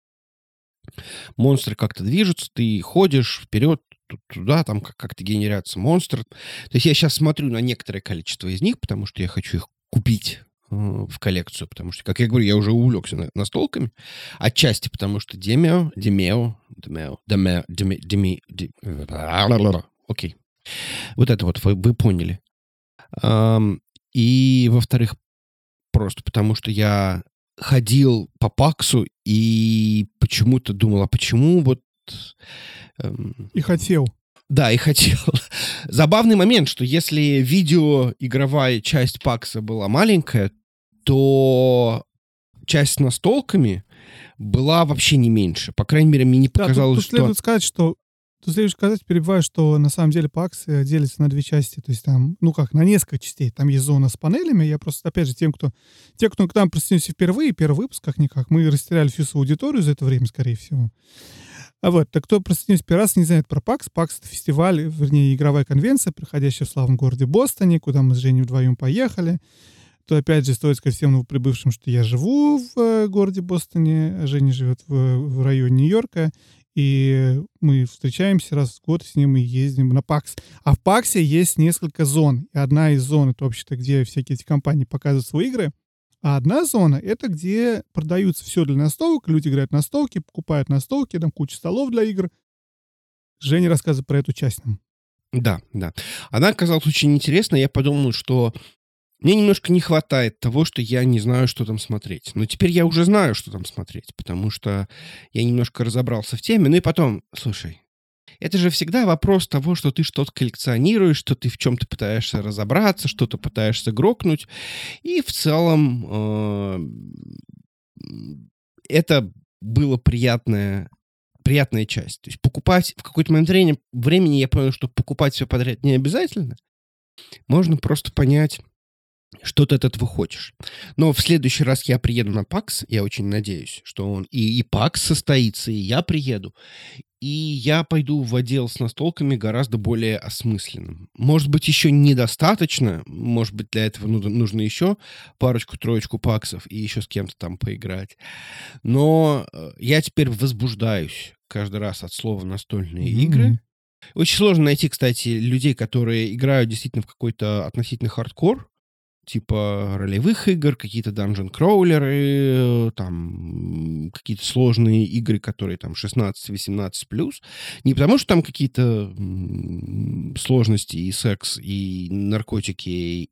Speaker 4: Монстры как-то движутся, ты ходишь вперед, тут- туда, там как- как-то генерятся монстры. То есть я сейчас смотрю на некоторое количество из них, потому что я хочу их купить э, в коллекцию, потому что, как я говорю, я уже увлекся на- настолками. Отчасти потому что Демео, Демео, Демео, Демео, Деми, Деми, Ди- окей. Вот это вот вы, вы поняли. Ам, И, во-вторых, просто потому что я ходил по Паксу и почему-то думал, а почему вот... эм,
Speaker 1: И хотел.
Speaker 4: Да, и хотел. Забавный момент, что если видеоигровая часть Пакса была маленькая, то часть с настолками была вообще не меньше. По крайней мере, мне не
Speaker 1: Да, тут,
Speaker 4: показалось,
Speaker 1: тут
Speaker 4: что...
Speaker 1: следует сказать, что тут следует сказать, перебиваю, что на самом деле пакс э, делится на две части. То есть там, ну как, на несколько частей. Там есть зона с панелями. Я просто, опять же, тем, кто... Те, кто к нам присоединился впервые, первый выпуск, как-никак, мы растеряли всю свою аудиторию за это время, скорее всего. А вот, так кто присоединился первый раз, не знает про пакс. пакс — это фестиваль, вернее, игровая конвенция, проходящая в славном городе Бостоне, куда мы с Женей вдвоем поехали. То, опять же, стоит сказать всем новоприбывшим, что я живу в э, городе Бостоне, а Женя живет в, в районе Нью-Йорка, и мы встречаемся раз в год с ним и ездим на пакс. А в паксе есть несколько зон. И одна из зон — это вообще-то, где всякие эти компании показывают свои игры. А одна зона — это где продаются все для настолок, люди играют в настолки, покупают настолки, там куча столов для игр. Женя рассказывает про эту часть нам.
Speaker 4: Да, да. Она оказалась очень интересной. Я подумал, что мне немножко не хватает того, что я не знаю, что там смотреть. Но теперь я уже знаю, что там смотреть, потому что я немножко разобрался в теме. Ну и потом, слушай, это же всегда вопрос того, что ты что-то коллекционируешь, что ты в чем-то пытаешься разобраться, что-то пытаешься грокнуть. И в целом э, это было приятное, приятная часть. То есть покупать в какой-то момент времени, времени я понял, что покупать все подряд не обязательно. Можно просто понять, что ты от этого хочешь. Но в следующий раз я приеду на пакс, я очень надеюсь, что он и, и пакс состоится, и я приеду, и я пойду в отдел с настолками гораздо более осмысленным. Может быть, еще недостаточно, может быть, для этого ну- нужно еще парочку-троечку паксов и еще с кем-то там поиграть. Но э, я теперь возбуждаюсь каждый раз от слова «настольные
Speaker 1: Мгм.
Speaker 4: игры». Очень сложно найти, кстати, людей, которые играют действительно в какой-то относительно хардкор, типа ролевых игр, какие-то данжен-кроулеры, там м, какие-то сложные игры, которые там шестнадцать-восемнадцать плюс. Не потому, что там какие-то м, сложности и секс, и наркотики,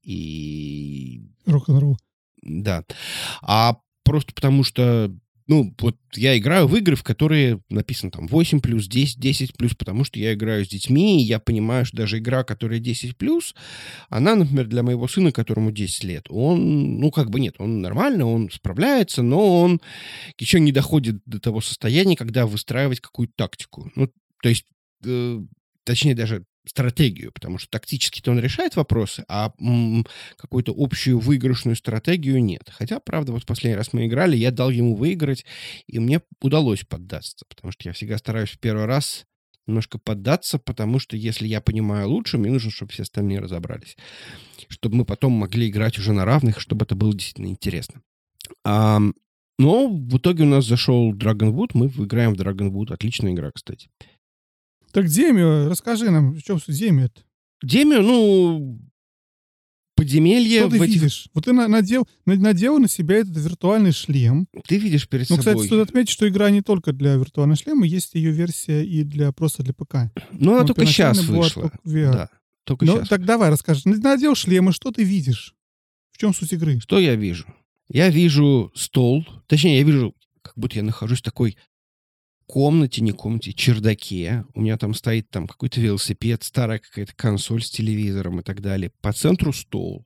Speaker 4: и
Speaker 1: Рок-н-ролл.
Speaker 4: да. А просто потому что, ну, вот я играю в игры, в которые написано там восемь плюс, десять, десять плюс, потому что я играю с детьми, и я понимаю, что даже игра, которая десять плюс, она, например, для моего сына, которому десять лет, он, ну, как бы нет, он нормально, он справляется, но он еще не доходит до того состояния, когда выстраивать какую-то тактику. Ну, то есть, э, точнее, даже стратегию, потому что тактически-то он решает вопросы, а м, какую-то общую выигрышную стратегию нет. Хотя, правда, вот в последний раз мы играли, я дал ему выиграть, и мне удалось поддаться, потому что я всегда стараюсь в первый раз немножко поддаться, потому что если я понимаю лучше, мне нужно, чтобы все остальные разобрались. Чтобы мы потом могли играть уже на равных, чтобы это было действительно интересно. А, но в итоге у нас зашел Dragonwood, мы играем в Dragonwood. Отличная игра, кстати.
Speaker 1: Так Демио, расскажи нам, в чем суть Демио-то?
Speaker 4: Демио, ну, подземелье
Speaker 1: Что ты
Speaker 4: в этих...
Speaker 1: видишь? Вот ты на- надел, на- надел на себя этот виртуальный шлем.
Speaker 4: Ты видишь перед
Speaker 1: Ну, кстати,
Speaker 4: собой...
Speaker 1: стоит отметить, что игра не только для виртуального шлема, есть ее версия и для просто для ПК.
Speaker 4: Ну, она
Speaker 1: Но
Speaker 4: только сейчас
Speaker 1: первоначально была
Speaker 4: вышла.
Speaker 1: только ви ар.
Speaker 4: Да, только
Speaker 1: Ну,
Speaker 4: сейчас.
Speaker 1: так давай расскажи. Надел шлем, и что ты видишь? В чем суть игры?
Speaker 4: Что я вижу? Я вижу стол. Точнее, я вижу, как будто я нахожусь в такой комнате, не комнате, чердаке. У меня там стоит там какой-то велосипед, старая какая-то консоль с телевизором и так далее. По центру стол.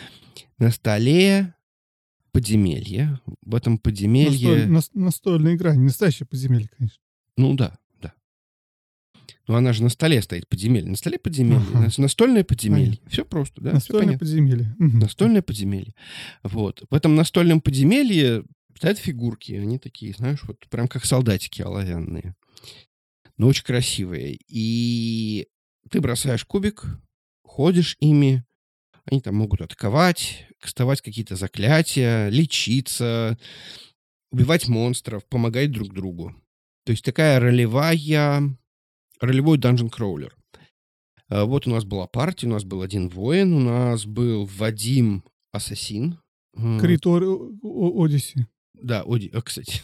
Speaker 4: На столе подземелье. В этом подземелье...
Speaker 1: Настоль- нас- настольная игра, не настоящее подземелье, конечно.
Speaker 4: Ну да, да. Но она же на столе стоит, подземелье. На столе подземелье,
Speaker 1: Ага.
Speaker 4: на- настольное подземелье. Все просто, да? Все
Speaker 1: Настольное
Speaker 4: понятно.
Speaker 1: подземелье. Мгм.
Speaker 4: Настольное подземелье. Вот. В этом настольном подземелье стоят фигурки. Они такие, знаешь, вот прям как солдатики оловянные. Но очень красивые. И ты бросаешь кубик, ходишь ими. Они там могут атаковать, кастовать какие-то заклятия, лечиться, убивать монстров, помогать друг другу. То есть такая ролевая... Ролевой данжен-кроулер. А, Вот у нас была партия, у нас был один воин, у нас был Вадим ассасин. М,
Speaker 1: Крит О- О- Одиссе.
Speaker 4: Да, Оди, а, кстати.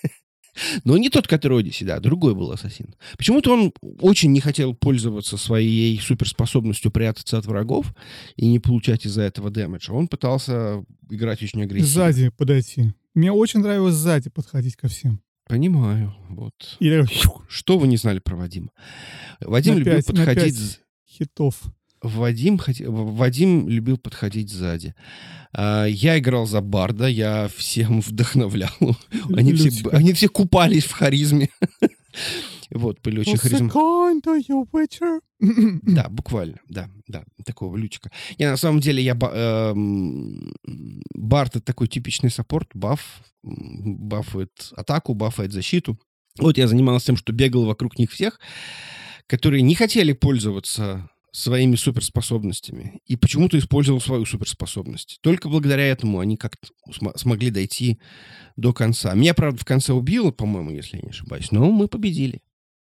Speaker 4: Но не тот, который Одиссе, да, другой был ассасин. Почему-то он очень не хотел пользоваться своей суперспособностью прятаться от врагов и не получать из-за этого дэмэджа. Он пытался играть очень агрессивно.
Speaker 1: Сзади подойти. Мне очень нравилось сзади подходить ко всем.
Speaker 4: Понимаю, вот.
Speaker 1: Или
Speaker 4: Что вы не знали про Вадима? Вадим
Speaker 1: на
Speaker 4: любил
Speaker 1: пять, на
Speaker 4: подходить...
Speaker 1: пять
Speaker 4: з-
Speaker 1: хитов.
Speaker 4: Вадим, хоте- В- Вадим любил подходить сзади. А, Я играл за Барда, я всем вдохновлял. Они все,
Speaker 1: Лютика.
Speaker 4: они все купались в харизме. Вот, были очень
Speaker 1: What's the
Speaker 4: харизм...
Speaker 1: kind of your witcher?
Speaker 4: Да, буквально, да, да, такого лютика. Не, на самом деле я... ба- эм, Бард — это такой типичный саппорт, баф, м, бафает атаку, бафает защиту. Вот я занимался тем, что бегал вокруг них всех, которые не хотели пользоваться своими суперспособностями и почему-то использовал свою суперспособность. Только благодаря этому они как-то см- смогли дойти до конца. Меня, правда, в конце убило, по-моему, если я не ошибаюсь, но мы победили.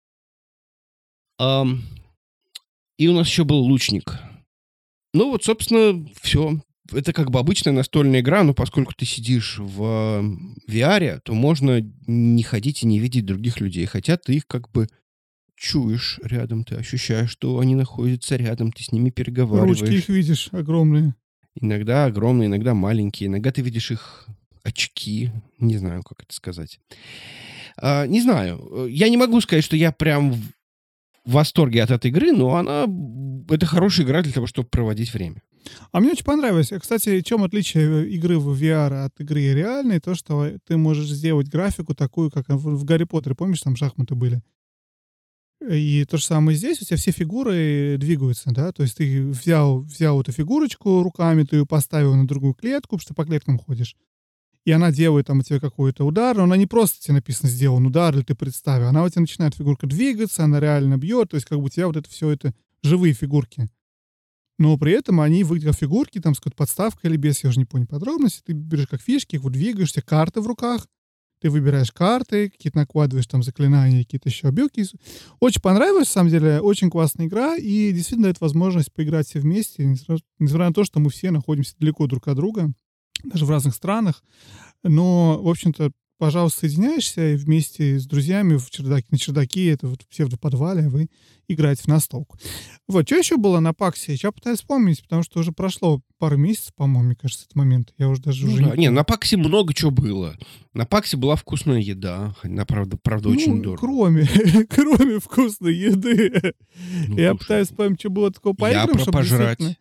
Speaker 4: Ам, И у нас еще был лучник. Ну вот, собственно, все. Это как бы обычная настольная игра, но поскольку ты сидишь в ви ар, то можно не ходить и не видеть других людей. Хотя ты их как бы чуешь рядом, ты ощущаешь, что они находятся рядом, ты с ними переговариваешь.
Speaker 1: Ручки их видишь огромные.
Speaker 4: Иногда огромные, иногда маленькие. Иногда ты видишь их очки. Не знаю, как это сказать. А, не знаю. Я не могу сказать, что я прям в в восторге от этой игры, но она... Это хорошая игра для того, чтобы проводить время.
Speaker 1: А мне очень понравилось. Кстати, в чем отличие игры в ви ар от игры реальной? То, что ты можешь сделать графику такую, как в в Гарри Поттере. Помнишь, там шахматы были? И то же самое здесь. У тебя все фигуры двигаются, да? То есть ты взял, взял эту фигурочку руками, ты ее поставил на другую клетку, потому что по клеткам ходишь. И она делает там у тебя какой-то удар, но она не просто тебе написано «сделан удар» или ты представил. Она у тебя начинает фигурка двигаться, она реально бьет, то есть как бы у тебя вот это все это живые фигурки. Но при этом они выглядят как фигурки, там с какой-то подставкой или без, я уже не помню подробности. Ты берешь как фишки, их вот двигаешься, карты в руках. Ты выбираешь карты, какие-то накладываешь там заклинания, какие-то еще обилки. Очень понравилась, на самом деле, очень классная игра, и действительно дает возможность поиграть все вместе, несмотря на то, что мы все находимся далеко друг от друга, даже в разных странах. Но, в общем-то, пожалуйста, соединяешься и вместе с друзьями в чердаке, на чердаке, это вот все в подвале, вы играете в настолку. Вот, что еще было на Паксе? Я пытаюсь вспомнить, потому что уже прошло пару месяцев, по-моему, мне кажется, этот момент. Я уже даже
Speaker 4: Ну
Speaker 1: уже
Speaker 4: да.
Speaker 1: не
Speaker 4: Не,
Speaker 1: помню.
Speaker 4: на Паксе много чего было. На Паксе была вкусная еда. Она, правда, правда очень
Speaker 1: Ну,
Speaker 4: дорого.
Speaker 1: кроме, кроме вкусной еды.
Speaker 4: Ну,
Speaker 1: Я
Speaker 4: слушай,
Speaker 1: пытаюсь вспомнить, что было такого по
Speaker 4: я
Speaker 1: играм,
Speaker 4: про
Speaker 1: чтобы действительно,
Speaker 4: пожрать.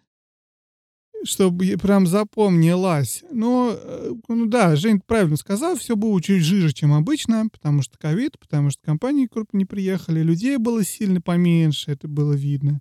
Speaker 1: чтобы я прям запомнилась. Но, э, ну да, Жень правильно сказал, все было чуть жиже, чем обычно, потому что ковид, потому что компании крупно не приехали, людей было сильно поменьше, это было видно.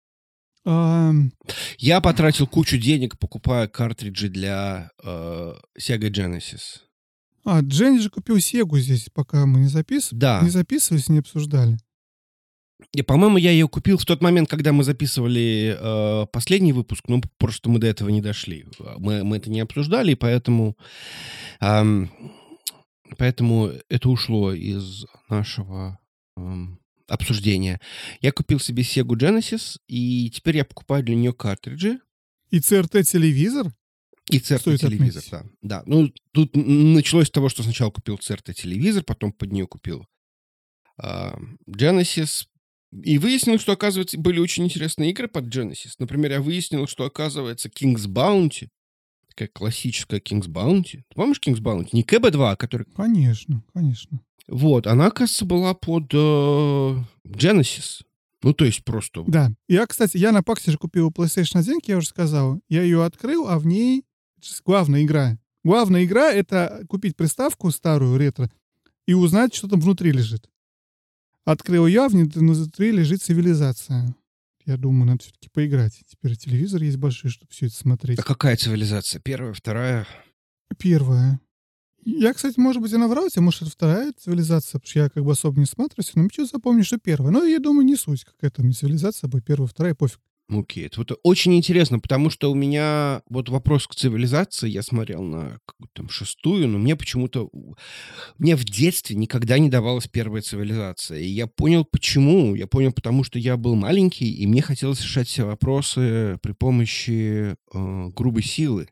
Speaker 1: Ам,
Speaker 4: Я потратил кучу денег, покупая картриджи для э, Sega Genesis.
Speaker 1: А, Дженни же купил Сегу здесь, пока мы не записывали, не
Speaker 4: Да.
Speaker 1: записывались, не обсуждали.
Speaker 4: И, по-моему, я ее купил в тот момент, когда мы записывали э, последний выпуск, ну, просто мы до этого не дошли. Мы, мы это не обсуждали, и поэтому, ам, поэтому это ушло из нашего ам, обсуждения. Я купил себе Sega Genesis, и теперь я покупаю для нее картриджи
Speaker 1: И цэ эр тэ-телевизор,
Speaker 4: и си ар
Speaker 1: стоит
Speaker 4: ти-телевизор,
Speaker 1: отметить.
Speaker 4: да. Да. Ну, тут н- началось с того, что сначала купил си ар ти-телевизор, потом под нее купил а, Genesis. И выяснил, что, оказывается, были очень интересные игры под Genesis. Например, я выяснил, что, оказывается, King's Bounty, такая классическая King's Bounty. Ты помнишь King's Bounty? Не кэ бэ два, а который...
Speaker 1: Конечно, конечно.
Speaker 4: Вот, она, оказывается, была под э, Genesis. Ну, то есть просто...
Speaker 1: Да. Я, кстати, я на Паксе же купил PlayStation один, как я уже сказал. Я ее открыл, а в ней главная игра. Главная игра — это купить приставку старую, ретро, и узнать, что там внутри лежит. Открыл я, внутри лежит цивилизация. Я думаю, надо все-таки поиграть. Теперь телевизор есть большой, чтобы все это
Speaker 4: А
Speaker 1: смотреть.
Speaker 4: какая цивилизация? Первая, вторая?
Speaker 1: Первая. Я, кстати, может быть, и наврал тебе, может, это вторая цивилизация, потому что я как бы особо не смотрюсь, но почему запомню, что первая. Но я думаю, не суть, какая там цивилизация будет, первая, вторая, пофиг.
Speaker 4: Окей, это вот очень интересно, потому что у меня вот вопрос к цивилизации, я смотрел на какую-то там шестую, но мне почему-то... у- Мне в детстве никогда не давалась первая цивилизация. И я понял, почему. Я понял, потому что я был маленький, и мне хотелось решать все вопросы при помощи э, грубой силы.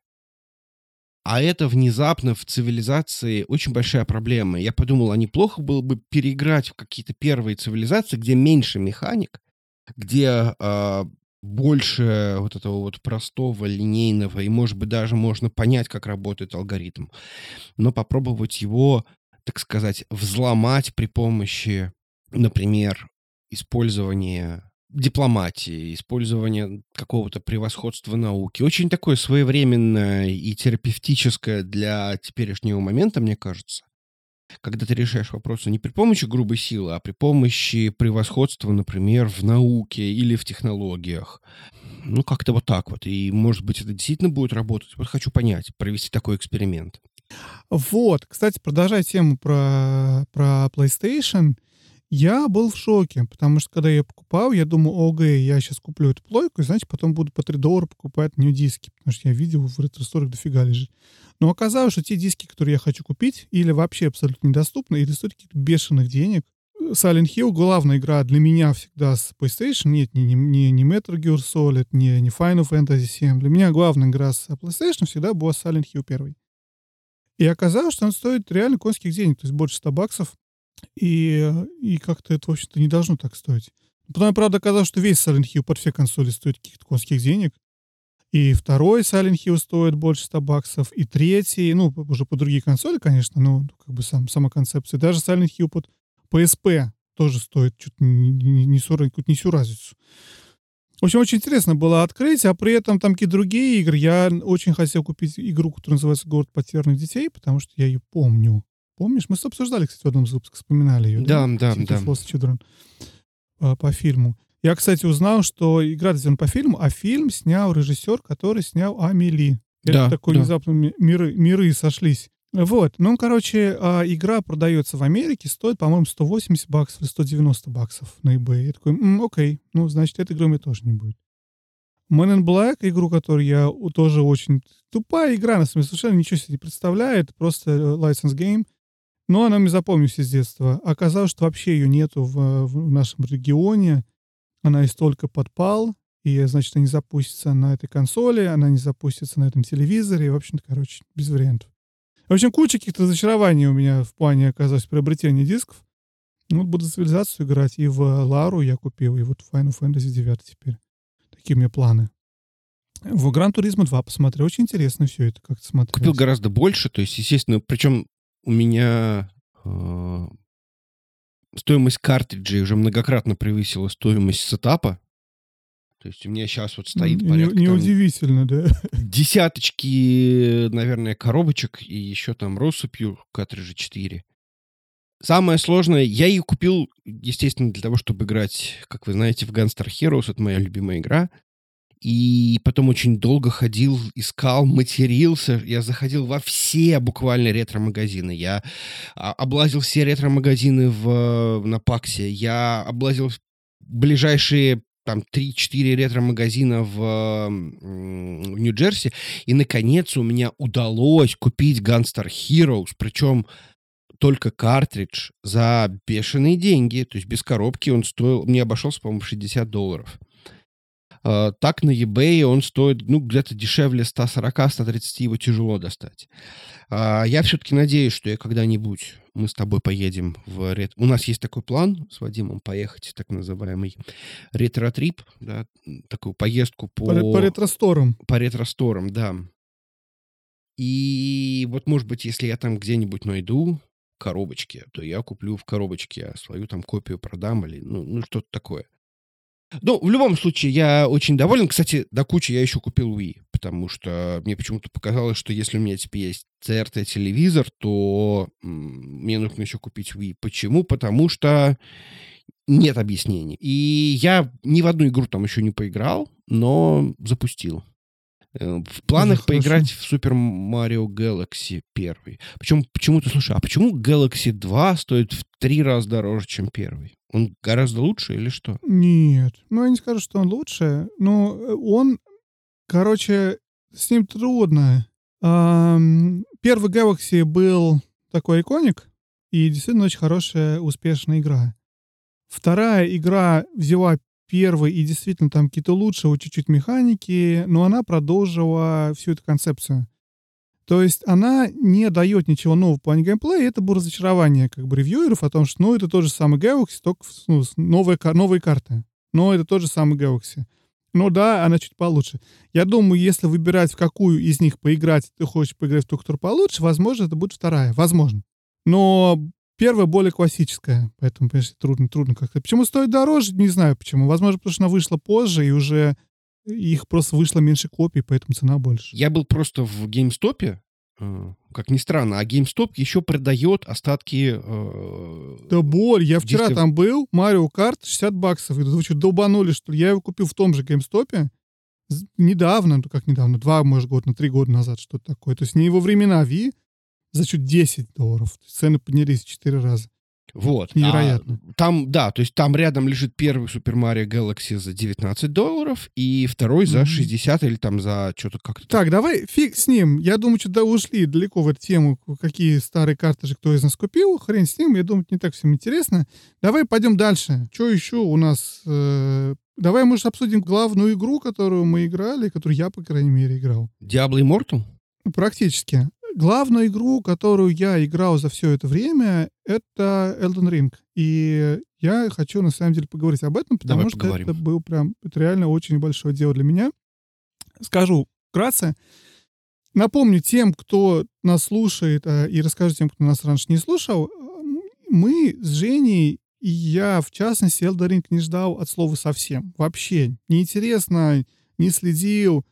Speaker 4: А это внезапно в цивилизации очень большая проблема. Я подумал, а неплохо было бы переиграть в какие-то первые цивилизации, где меньше механик, где а, больше вот этого вот простого, линейного, и, может быть, даже можно понять, как работает алгоритм, но попробовать его, так сказать, взломать при помощи, например, использования дипломатии, использования какого-то превосходства науки. Очень такое своевременное и терапевтическое для теперешнего момента, мне кажется. Когда ты решаешь вопросы не при помощи грубой силы, а при помощи превосходства, например, в науке или в технологиях. Ну, как-то вот так вот. И, может быть, это действительно будет работать. Вот хочу понять, провести такой эксперимент.
Speaker 1: Вот, кстати, продолжая тему про, про PlayStation, я был в шоке, потому что когда я её покупал, я думал, окей, я сейчас куплю эту плойку, и, значит, потом буду по три доллара покупать на нее диски, потому что я видел, в ретро-сторах дофига лежит. Но оказалось, что те диски, которые я хочу купить, или вообще абсолютно недоступны, или стоят каких-то бешеных денег. Silent Hill — главная игра для меня всегда с PlayStation. Нет, не, не, не Metal Gear Solid, не, не Final Fantasy семь. Для меня главная игра с PlayStation всегда была Silent Hill первый. И оказалось, что он стоит реально конских денег, то есть больше ста баксов. И, и как-то это, в общем-то, не должно так стоить. Потом, правда, оказалось, что весь Silent Hill под все консоли стоит каких-то конских денег. И второй Silent Hill стоит больше ста баксов, и третий, ну, уже по другие консоли, конечно, но как бы сам, сама концепция. Даже Silent Hill под пи эс пи тоже стоит чуть не, не, не, сорок, не всю разницу. В общем, очень интересно было открыть, а при этом там какие-то другие игры. Я очень хотел купить игру, которая называется «Город потерянных детей», потому что я ее помню. Помнишь? Мы с тобой обсуждали, кстати, в одном из выпусков, вспоминали ее,
Speaker 4: Да, да,
Speaker 1: City
Speaker 4: да.
Speaker 1: of Lost Children, по, по фильму. Я, кстати, узнал, что игра сделана по фильму, а фильм снял режиссер, который снял «Амели». Это
Speaker 4: Да,
Speaker 1: такой
Speaker 4: да.
Speaker 1: внезапно ми- миры, миры сошлись. Вот. Ну, короче, а, игра продается в Америке, стоит, по-моему, сто восемьдесят баксов или сто девяносто баксов на eBay. Я такой, м, окей, ну, значит, этой игры у меня тоже не будет. Man in Black, игру, которую я у- тоже очень... Тупая игра, на самом деле, совершенно ничего себе не представляет, просто э, license game. Но она мне запомнилась с детства. Оказалось, что вообще ее нету в, в нашем регионе. Она есть только подпал, и, значит, она не запустится на этой консоли, она не запустится на этом телевизоре. И, в общем-то, короче, без вариантов. В общем, куча каких-то разочарований у меня в плане оказалось приобретения дисков. Ну, вот буду в цивилизацию играть, и в Лару я купил, и вот в Final Fantasy девять теперь. Такие у меня планы. В Gran Turismo два посмотрел. Очень интересно все это как-то смотреть.
Speaker 4: Купил гораздо больше, то есть, естественно, причем у меня э, стоимость картриджей уже многократно превысила стоимость сетапа. То есть у меня сейчас вот стоит
Speaker 1: Ну,
Speaker 4: порядка
Speaker 1: не-
Speaker 4: там
Speaker 1: Неудивительно, да.
Speaker 4: десяточки, наверное, коробочек, и еще там россыпью картриджи четыре. Самое сложное, я ее купил, естественно, для того, чтобы играть, как вы знаете, в Gunstar Heroes, это моя любимая игра. И потом очень долго ходил, искал, матерился. Я заходил во все буквально ретро-магазины. Я а, облазил все ретро-магазины в, на Паксе. Я облазил ближайшие там три-четыре ретро-магазина в, м, в Нью-Джерси. И, наконец, у меня удалось купить Gunstar Heroes. Причем только картридж за бешеные деньги. То есть без коробки он стоил... Мне обошелся, по-моему, шестьдесят долларов. Uh, так на eBay он стоит, ну, где-то дешевле сто сорок - сто тридцать, его тяжело достать. Uh, я все-таки надеюсь, что я когда-нибудь, мы с тобой поедем в ретро... У нас есть такой план с Вадимом поехать в так называемый ретро-трип, да, такую поездку по...
Speaker 1: По, по ретро-сторам.
Speaker 4: По ретро-сторам, да. И вот, может быть, если я там где-нибудь найду коробочки, то я куплю в коробочке, а свою там копию продам или, ну, ну что-то такое. Ну, в любом случае, я очень доволен. Кстати, до кучи я еще купил Wii, потому что мне почему-то показалось, что если у меня теперь есть си ар ти-телевизор, то м, мне нужно еще купить Wii. Почему? Потому что нет объяснений. И я ни в одну игру там еще не поиграл, но запустил. Э, В планах
Speaker 1: Уже
Speaker 4: поиграть
Speaker 1: хорошо.
Speaker 4: в Super Mario Galaxy первый. Причем почему-то, слушай, а почему Galaxy два стоит в три раза дороже, чем первый? Он гораздо лучше или что?
Speaker 1: Нет. Ну, я не скажу, что он лучше. Но э, он, короче, с ним трудно. Ам, Первый Galaxy был такой иконик, и действительно очень хорошая, успешная игра. Вторая игра взяла первый, и действительно там какие-то лучшие вот чуть-чуть механики, но она продолжила всю эту концепцию. То есть она не дает ничего нового в плане геймплея, и это было разочарование как бы ревьюеров о том, что ну это тот же самый Galaxy, только ну, с- новые, ка- новые карты. Но это тот же самый Galaxy. Ну да, она чуть получше. Я думаю, если выбирать, в какую из них поиграть, ты хочешь поиграть в ту, которая получше, возможно, это будет вторая. Возможно. Но первая более классическая, поэтому, конечно, трудно, трудно как-то. Почему стоит дороже? Не знаю почему. Возможно, потому что она вышла позже, и уже их просто вышло меньше копий, поэтому цена больше.
Speaker 4: Я был просто в GameStop, э, как ни странно, а GameStop еще продает остатки... э,
Speaker 1: Да боль, я вчера
Speaker 4: дисков.
Speaker 1: там был, Марио Карт, шестьдесят баксов. И вы что, долбанули, что ли? Я его купил в том же GameStop з- недавно, ну как недавно, два, может, год, на три года назад, что-то такое. То есть не во времена Ви, за чуть десять долларов. То есть цены поднялись в четыре раза.
Speaker 4: Вот.
Speaker 1: Невероятно.
Speaker 4: А там, да, то есть там рядом лежит первый Super Mario Galaxy за девятнадцать долларов и второй за
Speaker 1: Мгм.
Speaker 4: шестьдесят или там за что-то как-то.
Speaker 1: Так, давай фиг с ним. Я думаю, что да, ушли далеко в эту тему, какие старые карты же кто из нас купил. Хрен с ним, я думаю, это не так всем интересно. Давай пойдем дальше. Что еще у нас? э, Давай, может, обсудим главную игру, которую мы играли, которую я, по крайней мере, играл.
Speaker 4: Diablo Immortal?
Speaker 1: Практически. Главную игру, которую я играл за все это время, это Elden Ring. И я хочу, на самом деле, поговорить об этом, потому
Speaker 4: Давай
Speaker 1: что
Speaker 4: поговорим.
Speaker 1: это был прям, это реально очень большое дело для меня. Скажу вкратце. Напомню тем, кто нас слушает, а, и расскажу тем, кто нас раньше не слушал. м, Мы с Женей, и я, в частности, Elden Ring не ждал от слова совсем. Вообще. Неинтересно, не следил.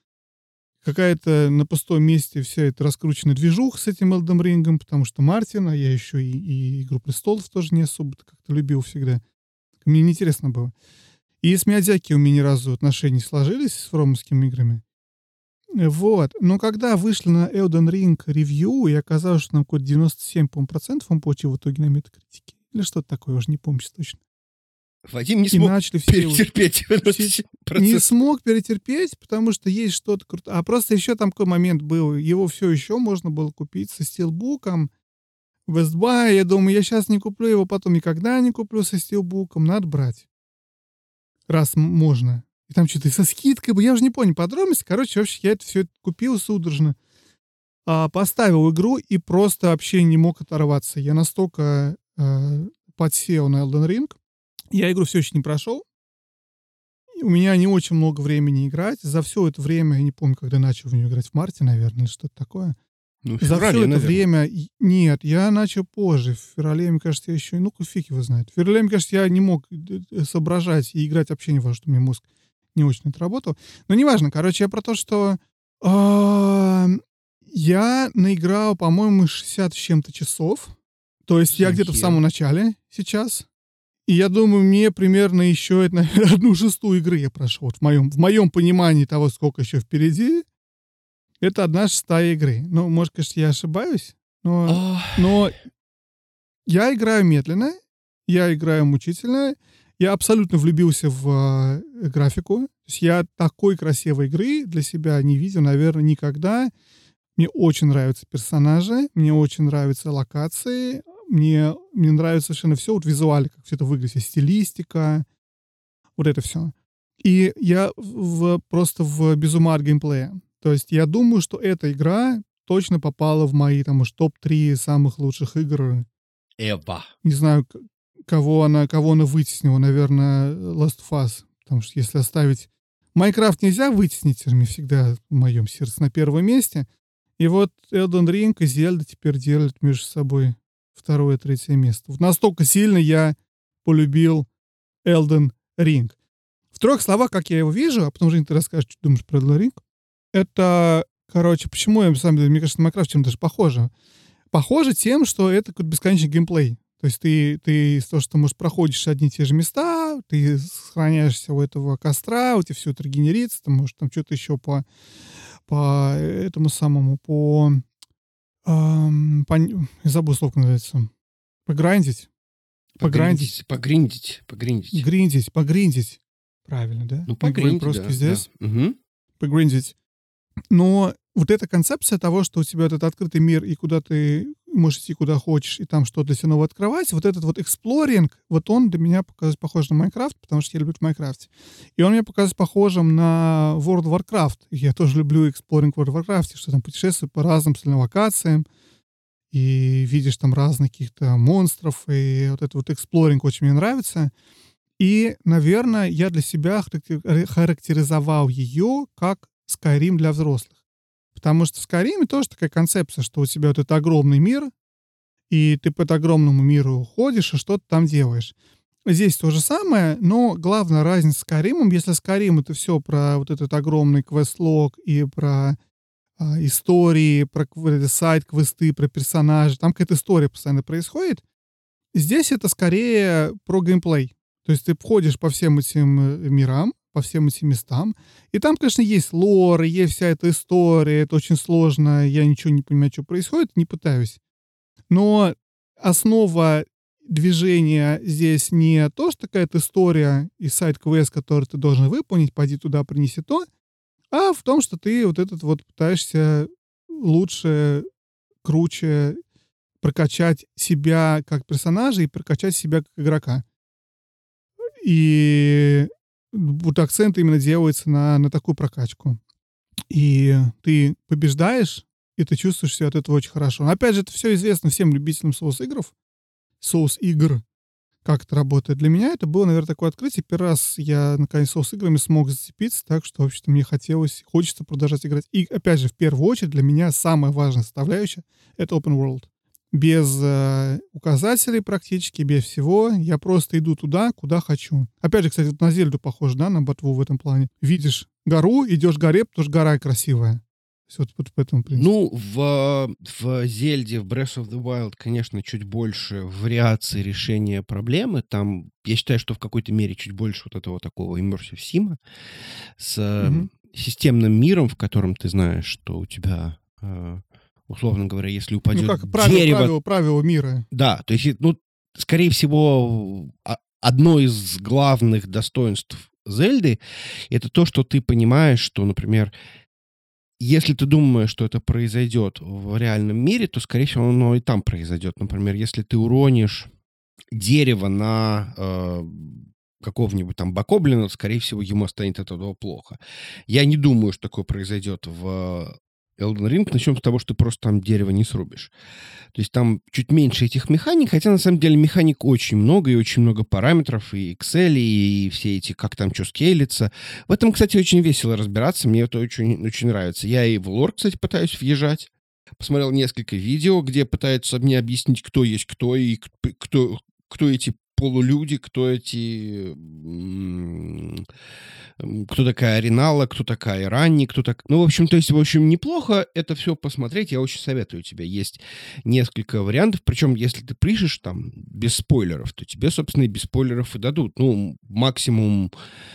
Speaker 1: Какая-то на пустом месте вся эта раскрученная движуха с этим Elden Ring, потому что Мартин, а я еще и, и «Игру престолов» тоже не особо как-то любил всегда. Мне неинтересно было. И с Миядзаки у меня ни разу отношения не сложились с фромовскими играми. Вот. Но когда вышли на Elden Ring ревью, и оказалось, что нам какой-то девяносто семь по-моему, процентов он получил в итоге на метакритике. Или что-то такое, уже не помню сейчас точно.
Speaker 4: Вадим не
Speaker 1: И
Speaker 4: смог
Speaker 1: начали все... вот-
Speaker 4: перетерпеть
Speaker 1: все- Не смог перетерпеть, потому что есть что-то крутое. А просто еще там такой момент был. Его все еще можно было купить со стилбуком Best Buy, я думаю, я сейчас не куплю его, потом никогда не куплю со стилбуком, надо брать. Раз м- можно. И там что-то со скидкой, я уже не помню подробности. Короче, вообще я это все купил судорожно. А, поставил игру и просто вообще не мог оторваться. Я настолько э, подсел на Elden Ring. Я игру все еще не прошел. И у меня не очень много времени играть. За все это время, я не помню, когда начал в нее играть, в марте, наверное, или что-то такое.
Speaker 4: Ну, в
Speaker 1: За
Speaker 4: феврале,
Speaker 1: все это
Speaker 4: наверное.
Speaker 1: время... и- Нет, я начал позже. В феврале, мне кажется, я еще... Ну-ка, фиг его знает. В феврале, мне кажется, я не мог э, э, соображать и играть вообще ни во что. У меня мозг не очень отработал. Но неважно. Короче, я про то, что... а, Я наиграл, по-моему, шестьдесят с чем-то часов. То есть я где-то в
Speaker 4: Захер.
Speaker 1: самом начале сейчас. И я думаю, мне примерно еще, это, наверное, одну шестую игры я прошел. Вот в моем, в моем понимании того, сколько еще впереди, это одна шестая игры. Ну, может, конечно, я ошибаюсь, но,
Speaker 4: А,
Speaker 1: но я играю медленно, я играю мучительно, я абсолютно влюбился в э, графику. То есть я такой красивой игры для себя не видел, наверное, никогда. Мне очень нравятся персонажи, мне очень нравятся локации, мне, мне нравится совершенно все, вот визуально, как все это выглядит, стилистика, вот это все. И я в, просто в безума от геймплея. То есть я думаю, что эта игра точно попала в мои там уж топ три самых лучших игр.
Speaker 4: Эва.
Speaker 1: Не знаю, к- кого она, кого она вытеснила, наверное, Last of Us. Потому что если оставить... Майнкрафт нельзя вытеснить, мне всегда в моем сердце на первом месте. И вот Elden Ring и Zelda теперь делят между собой второе и третье место. Вот настолько сильно я полюбил Elden Ring. В трех словах, как я его вижу, а потом, Жень, ты расскажешь, что думаешь про Elden Ring. Это, короче, почему я, на самом деле, мне кажется, Майнкрафт чем-то даже похоже. Похоже тем, что это какой-то бесконечный геймплей. То есть ты, ты из того, что, может, проходишь одни и те же места, ты сохраняешься у этого костра, у тебя все это регенерится, там, может, там что-то еще по, по этому самому, по... ам, по н- я забыл слово, как называется. Пограндить. Пограндить.
Speaker 4: Погриндить, погриндить, погриндить.
Speaker 1: Гриндить, погриндить. Правильно, да?
Speaker 4: Ну,
Speaker 1: Мы говорим
Speaker 4: погриндить,
Speaker 1: по-русски
Speaker 4: да.
Speaker 1: здесь.
Speaker 4: да. Мгм.
Speaker 1: Погриндить. Но вот эта концепция того, что у тебя этот открытый мир, и куда ты можешь идти куда хочешь, и там что-то для себя новое открывать, вот этот вот эксплоринг, вот он для меня показывается похож на Майнкрафт, потому что я люблю в Майнкрафте. И он мне показывается похожим на World of Warcraft. Я тоже люблю эксплоринг в World of Warcraft, что там путешествуешь по разным абсолютно локациям, и видишь там разных каких-то монстров, и вот этот вот эксплоринг очень мне нравится. И, наверное, я для себя характер- характеризовал ее как Skyrim для взрослых. Потому что в Skyrim тоже такая концепция, что у тебя вот этот огромный мир, и ты по этому огромному миру ходишь и что-то там делаешь. Здесь то же самое, но главная разница с Skyrim, если Skyrim — это все про вот этот огромный квест-лог и про а, истории, про кв- сайт-квесты, про персонажей, там какая-то история постоянно происходит. Здесь это скорее про геймплей. То есть ты входишь по всем этим э, мирам, по всем этим местам, и там, конечно, есть лор, и есть вся эта история, это очень сложно, я ничего не понимаю, что происходит, не пытаюсь. Но основа движения здесь не то, что какая-то история и сайт-квест, который ты должен выполнить, пойди туда, принеси то, а в том, что ты вот этот вот пытаешься лучше, круче прокачать себя как персонажа и прокачать себя как игрока. И вот акцент именно делается на, на такую прокачку. И ты побеждаешь, и ты чувствуешь себя от этого очень хорошо. Но опять же, это все известно всем любителям соус-игр, соус-игр, как это работает. Для меня это было, наверное, такое открытие. Первый раз я, наконец, соус-играми смог зацепиться, так что, в общем-то, мне хотелось, хочется продолжать играть. И, опять же, в первую очередь, для меня самая важная составляющая — это open world. Без э, указателей практически, без всего. Я просто иду туда, куда хочу. Опять же, кстати, вот на Зельду похоже, да, на ботву в этом плане. Видишь гору, идешь к горе, потому что гора красивая. То есть вот, вот по этому принципу.
Speaker 4: Ну, в, в Зельде, в Breath of the Wild, конечно, чуть больше вариаций решения проблемы. Там, я считаю, что в какой-то мере чуть больше вот этого такого immersive сима с
Speaker 1: Мгм.
Speaker 4: системным миром, в котором ты знаешь, что у тебя, э, условно говоря, если
Speaker 1: Ну,
Speaker 4: упадет
Speaker 1: как правило,
Speaker 4: дерево...
Speaker 1: правило, правило мира.
Speaker 4: Да, то есть, ну, скорее всего, а- одно из главных достоинств Зельды — это то, что ты понимаешь, что, например, если ты думаешь, что это произойдет в реальном мире, то, скорее всего, оно и там произойдет. Например, если ты уронишь дерево на э, какого-нибудь там бокоблина, скорее всего, ему станет от этого плохо. Я не думаю, что такое произойдет в Elden Ring. Начнем с того, что ты просто там дерево не срубишь. То есть там чуть меньше этих механик, хотя на самом деле механик очень много, и очень много параметров, и Excel, и все эти, как там что скейлится. В этом, кстати, очень весело разбираться, мне это очень, очень нравится. Я и в лор, кстати, пытаюсь въезжать. Посмотрел несколько видео, где пытаются мне объяснить, кто есть кто, и кто, кто эти полулюди, кто эти... Кто такая Аринала, кто такая Ранни, кто так... Ну, в общем, то есть, в общем, неплохо это все посмотреть. Я очень советую тебе. Есть несколько вариантов. Причем, если ты пишешь там без спойлеров, то тебе, собственно, и без спойлеров и дадут. Ну, максимум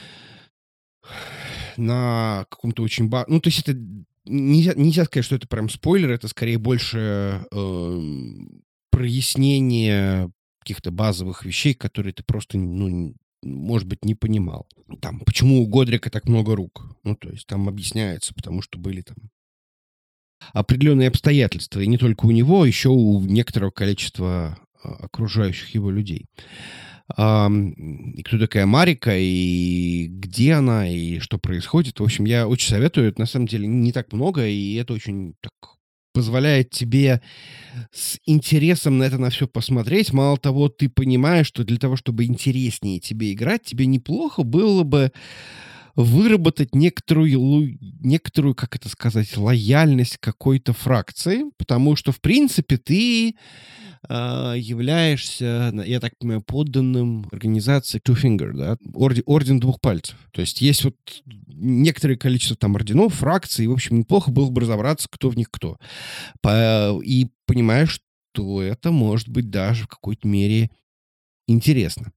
Speaker 4: на каком-то очень... Ба... Ну, то есть это... Нельзя, нельзя сказать, что это прям спойлер. Это скорее больше э, прояснение каких-то базовых вещей, которые ты просто, ну, может быть, не понимал. Там, почему у Годрика так много рук? Ну, то есть там объясняется, потому что были там определенные обстоятельства. И не только у него, еще у некоторого количества окружающих его людей. А, и кто такая Марика, и где она, и что происходит. В общем, я очень советую. Это на самом деле не так много, и это очень так позволяет тебе с интересом на это на все посмотреть. Мало того, ты понимаешь, что для того, чтобы интереснее тебе играть, тебе неплохо было бы выработать некоторую, некоторую, как это сказать, лояльность какой-то фракции, потому что, в принципе, ты э, являешься, я так понимаю, подданным организации Two Finger, да, орден, орден двух пальцев. То есть есть вот некоторое количество там орденов, фракций, и, в общем, неплохо было бы разобраться, кто в них кто. По, и понимаешь, что это может быть даже в какой-то мере интересно.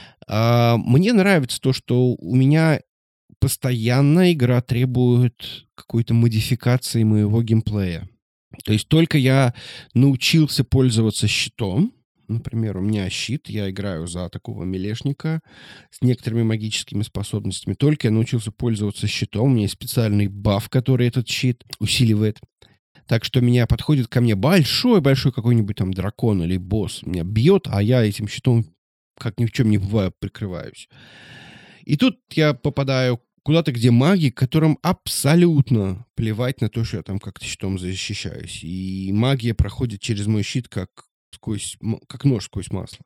Speaker 4: А, мне нравится то, что у меня постоянно игра требует какой-то модификации моего геймплея. То есть только я научился пользоваться щитом, например, у меня щит, я играю за такого милешника с некоторыми магическими способностями, только я научился пользоваться щитом, у меня есть специальный баф, который этот щит усиливает. Так что меня подходит ко мне большой-большой какой-нибудь там дракон или босс, меня бьет, а я этим щитом, как ни в чем не бывает, прикрываюсь. И тут я попадаю куда-то, где маги, которым абсолютно плевать на то, что я там как-то щитом защищаюсь. И магия проходит через мой щит как, сквозь, как нож сквозь масло.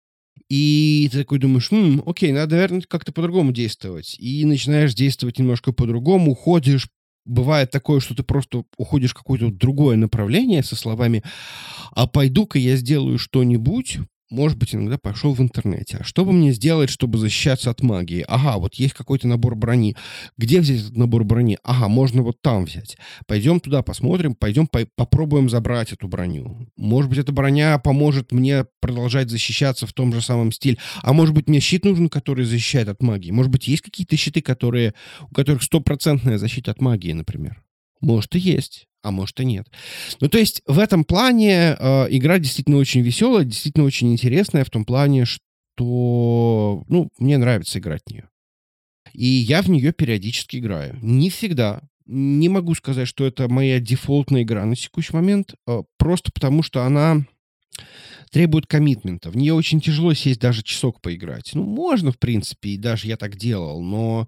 Speaker 4: И ты такой думаешь, хм, окей, надо, наверное, как-то по-другому действовать. И начинаешь действовать немножко по-другому, уходишь. Бывает такое, что ты просто уходишь в какое-то другое направление со словами «А пойду-ка я сделаю что-нибудь». Может быть, иногда пошел в интернете. А что бы мне сделать, чтобы защищаться от магии? Ага, вот есть какой-то набор брони. Где взять этот набор брони? Ага, можно вот там взять. Пойдем туда посмотрим, пойдем по- попробуем забрать эту броню. Может быть, эта броня поможет мне продолжать защищаться в том же самом стиле. А может быть, мне щит нужен, который защищает от магии? Может быть, есть какие-то щиты, которые, у которых стопроцентная защита от магии, например? Может, и есть. А может и нет. Ну, то есть в этом плане э, игра действительно очень веселая, действительно очень интересная в том плане, что, ну, мне нравится играть в нее. И я в нее периодически играю. Не всегда. Не могу сказать, что это моя дефолтная игра на текущий момент, э, просто потому что она требует коммитмента. В нее очень тяжело сесть даже часок поиграть. Ну, можно, в принципе, и даже я так делал, но...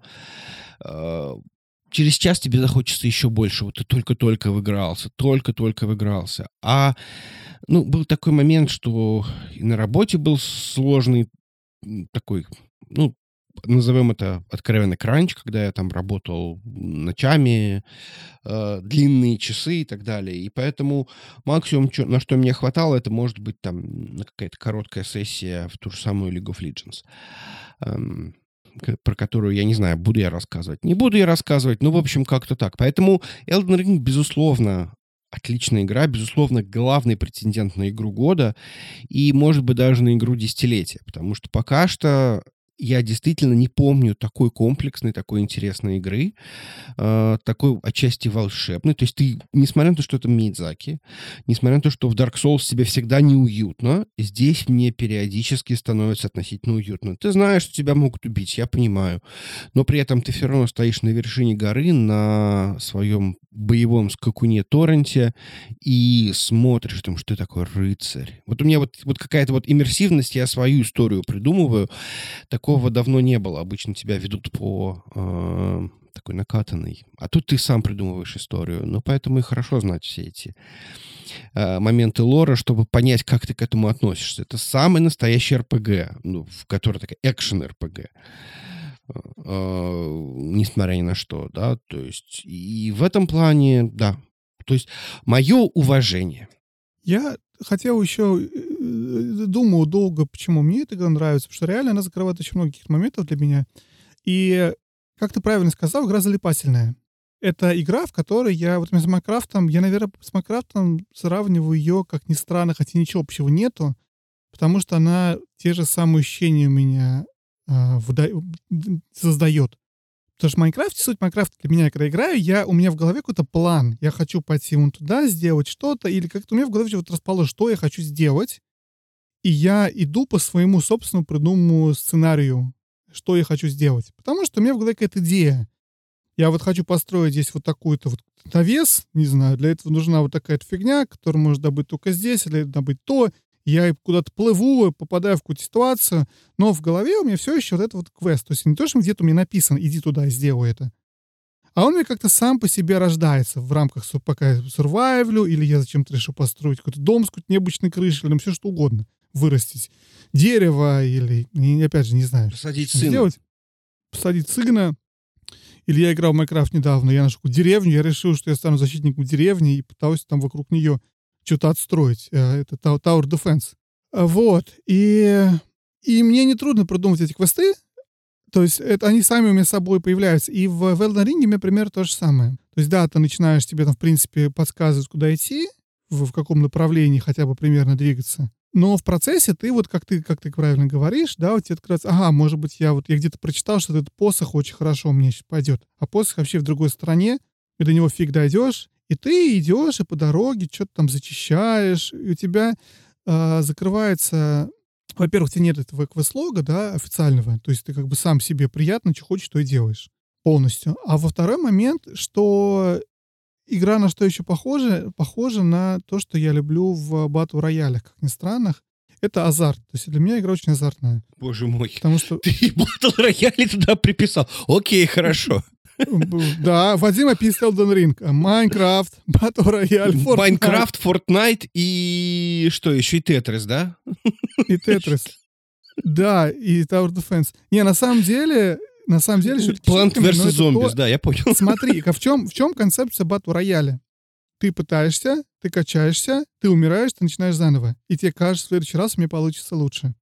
Speaker 4: Э, через час тебе захочется еще больше. Вот ты только-только выигрался, только-только выигрался. А, ну, был такой момент, что и на работе был сложный такой, ну, назовем это откровенно кранч, когда я там работал ночами, э, длинные часы и так далее. И поэтому максимум, чё, на что мне хватало, это может быть там какая-то короткая сессия в ту же самую League of Legends. Эм, про которую я не знаю, буду я рассказывать. Не буду я рассказывать, ну, в общем, как-то так. Поэтому Elden Ring, безусловно, отличная игра, безусловно, главный претендент на игру года и, может быть, даже на игру десятилетия. Потому что пока что я действительно не помню такой комплексной, такой интересной игры, э, такой отчасти волшебной. То есть ты, несмотря на то, что это Миядзаки, несмотря на то, что в Dark Souls тебе всегда неуютно, здесь мне периодически становится относительно уютно. Ты знаешь, что тебя могут убить, я понимаю, но при этом ты все равно стоишь на вершине горы на своем боевом скакуне Торренте и смотришь, там, что ты такой рыцарь. Вот у меня вот, вот какая-то вот иммерсивность, я свою историю придумываю. Такого давно не было. Обычно тебя ведут по э, такой накатанной. А тут ты сам придумываешь историю. Ну, поэтому и хорошо знать все эти э, моменты лора, чтобы понять, как ты к этому относишься. Это самый настоящий эр пи джи, ну, в который такая экшен-эр пи джи. Uh, несмотря ни на что, да, то есть и в этом плане, да, то есть мое уважение.
Speaker 1: Я хотел еще, думал долго, почему мне эта игра нравится, потому что реально она закрывает очень много каких-то моментов для меня, и, как ты правильно сказал, игра залипательная. Это игра, в которой я, вот с Майнкрафтом, я, наверное, с Майнкрафтом сравниваю ее, как ни странно, хотя ничего общего нету, потому что она те же самые ощущения у меня создает. Потому что в Майнкрафте, суть Майнкрафта для меня, когда играю, я, у меня в голове какой-то план. Я хочу пойти вон туда, сделать что-то, или как-то у меня в голове вот расположено, что я хочу сделать. И я иду по своему собственному придуманному сценарию, что я хочу сделать. Потому что у меня в голове какая-то идея. Я вот хочу построить здесь вот такую-то вот навес, не знаю, для этого нужна вот такая-то фигня, которую можно добыть только здесь, или добыть то. Я куда-то плыву, попадаю в какую-то ситуацию, но в голове у меня все еще вот этот вот квест. То есть не то, что где-то у меня написано, иди туда и сделай это. А он мне как-то сам по себе рождается в рамках, пока я сурвайвлю, или я зачем-то решил построить какой-то дом с какой-то необычной крышей, или все что угодно. Вырастить дерево, или, опять же, не знаю.
Speaker 4: Посадить сына.
Speaker 1: Сделать. Посадить сына. Или я играл в Майнкрафт недавно, я нашел деревню, я решил, что я стану защитником деревни и пытаюсь там вокруг нее что-то отстроить. Это Tower Defense. Вот. И, и мне нетрудно придумать эти квесты. То есть это, они сами у меня с собой появляются. И в Elden Ring у меня примерно то же самое. То есть да, ты начинаешь, тебе там в принципе подсказывать, куда идти, в, в каком направлении хотя бы примерно двигаться. Но в процессе ты вот, как ты, как ты правильно говоришь, да, вот тебе открывается, ага, может быть, я вот я где-то прочитал, что этот посох очень хорошо мне сейчас пойдет. А посох вообще в другой стране, и до него фиг дойдешь. И ты идешь и по дороге что-то там зачищаешь, и у тебя э, закрывается... Во-первых, у тебя нет этого квест-лога, да, официального, то есть ты как бы сам себе приятно, что хочешь, то и делаешь полностью. А во второй момент, что игра на что еще похожа? Похожа на то, что я люблю в батл-роялях, как ни странно. Это азарт. То есть для меня игра очень азартная.
Speaker 4: Боже мой.
Speaker 1: Потому что...
Speaker 4: Ты батл-рояли туда приписал. Окей, хорошо.
Speaker 1: Да, Вадим описал Elden Ring. Майнкрафт, Battle Royale, Fortnite.
Speaker 4: Майнкрафт, Fortnite и что еще? И Тетрис, да?
Speaker 1: И Тетрис. Да, и Tower Defense. Не, на самом деле... На самом деле...
Speaker 4: Плант версус Zombies, да, я понял.
Speaker 1: Смотри, в чем, в чем концепция Battle Royale? Ты пытаешься, ты качаешься, ты умираешь, ты начинаешь заново. И тебе кажется, в следующий раз мне получится лучше.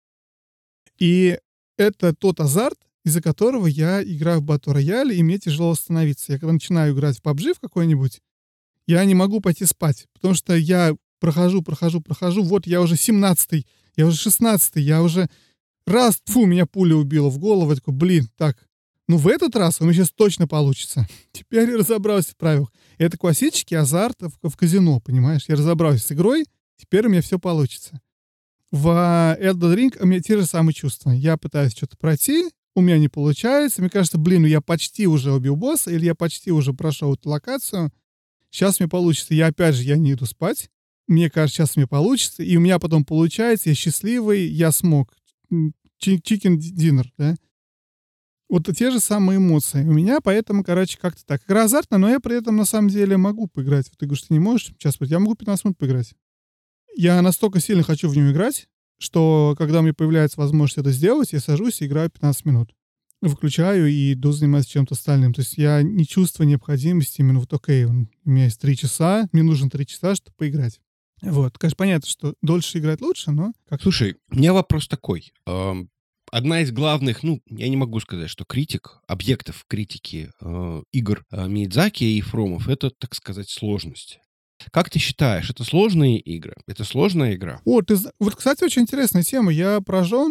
Speaker 1: И это тот азарт, из-за которого я играю в Battle Royale, и мне тяжело остановиться. Я когда начинаю играть в пабг в какой-нибудь, я не могу пойти спать, потому что я прохожу, прохожу, прохожу, вот я уже семнадцатый, я уже шестнадцатый, я уже раз, фу, меня пуля убила в голову, я такой, блин, так, ну в этот раз у меня сейчас точно получится. Теперь я разобрался в правилах. Это классический азарт в, в казино, понимаешь? Я разобрался с игрой, теперь у меня все получится. В Elden Ring у меня те же самые чувства. Я пытаюсь что-то пройти, у меня не получается. Мне кажется, блин, ну я почти уже убил босса, или я почти уже прошел эту локацию. Сейчас мне получится. Я опять же, я не иду спать. Мне кажется, сейчас мне получится. И у меня потом получается, я счастливый, я смог. Chicken dinner, да? Вот те же самые эмоции. У меня поэтому, короче, как-то так. Игра азартная, но я при этом на самом деле могу поиграть. Ты говоришь, ты не можешь? Сейчас, я могу пятнадцать минут поиграть. Я настолько сильно хочу в нее играть, что когда у меня появляется возможность это сделать, я сажусь и играю пятнадцать минут. Выключаю и иду заниматься чем-то остальным. То есть я не чувствую необходимости именно вот, окей, у меня есть три часа, мне нужно три часа, чтобы поиграть. Вот. Конечно, понятно, что дольше играть лучше, но... Как...
Speaker 4: Слушай, у меня вопрос такой. Одна из главных, ну, я не могу сказать, что критик, объектов критики э, игр э, Миядзаки и Фромов, это, так сказать, сложность. Как ты считаешь, это сложные игры? Это сложная игра?
Speaker 1: О, ты... вот, кстати, очень интересная тема. Я поражен.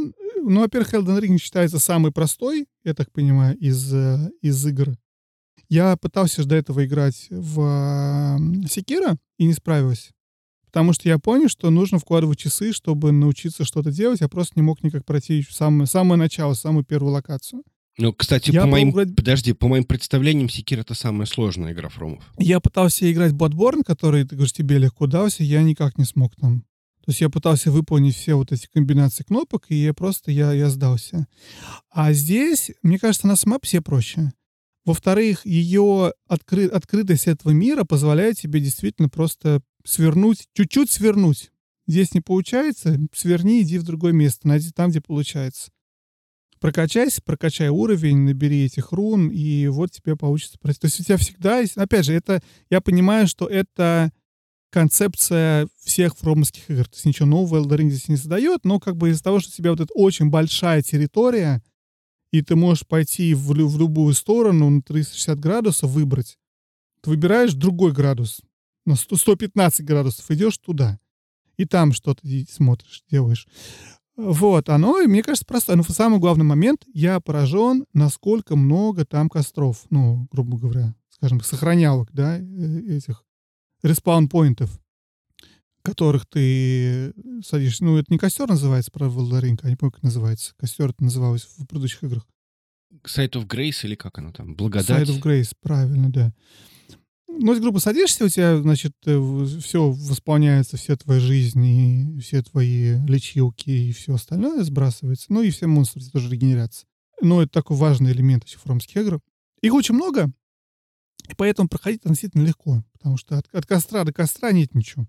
Speaker 1: ну, во-первых, Elden Ring считается самый простой, я так понимаю, из, э, из игр. Я пытался же до этого играть в ам, Sekiro и не справился. Потому что я понял, что нужно вкладывать часы, чтобы научиться что-то делать. Я просто не мог никак пройти самое, самое начало, самую первую локацию.
Speaker 4: Ну, кстати,
Speaker 1: Я
Speaker 4: по моим...
Speaker 1: пробовал играть-
Speaker 4: Подожди, по моим представлениям, Секир — это самая сложная игра Фромов.
Speaker 1: Я пытался играть в Bloodborne, который, ты говоришь, тебе легко дался, я никак не смог там. То есть я пытался выполнить все вот эти комбинации кнопок, и я просто, я, я сдался. А здесь, мне кажется, она сама по себе проще. Во-вторых, ее откры- открытость этого мира позволяет тебе действительно просто свернуть, чуть-чуть свернуть. Здесь не получается, сверни, иди в другое место, найди там, где получается. Прокачайся, прокачай уровень, набери этих рун, и вот тебе получится пройти. То есть у тебя всегда есть... Опять же, это, я понимаю, что это концепция всех фромовских игр. То есть ничего нового Elden Ring здесь не создает, но как бы из-за того, что у тебя вот эта очень большая территория, и ты можешь пойти в, лю- в любую сторону на триста шестьдесят градусов выбрать, ты выбираешь другой градус, на сто сто пятнадцать градусов, идешь туда, и там что-то и смотришь, делаешь. Вот, оно, и мне кажется, просто, но самый главный момент, я поражен, насколько много там костров, ну, грубо говоря, скажем, сохранялок, да, э, этих респаун-поинтов, которых ты садишься. Ну, это не костер называется, правда, в Elden Ring, я не помню, как называется. Костер это называлось в предыдущих играх.
Speaker 4: Side of Grace или как оно там?
Speaker 1: Side
Speaker 4: Благодать?
Speaker 1: of Grace, правильно, да. Ну, если грубо садишься, у тебя, значит, все восполняется, все твоя жизнь, и все твои лечилки, и все остальное сбрасывается. Ну, и все монстры тоже регенерятся. Но это такой важный элемент этих фромских игр. Их очень много, и поэтому проходить относительно легко, потому что от, от костра до костра нет ничего.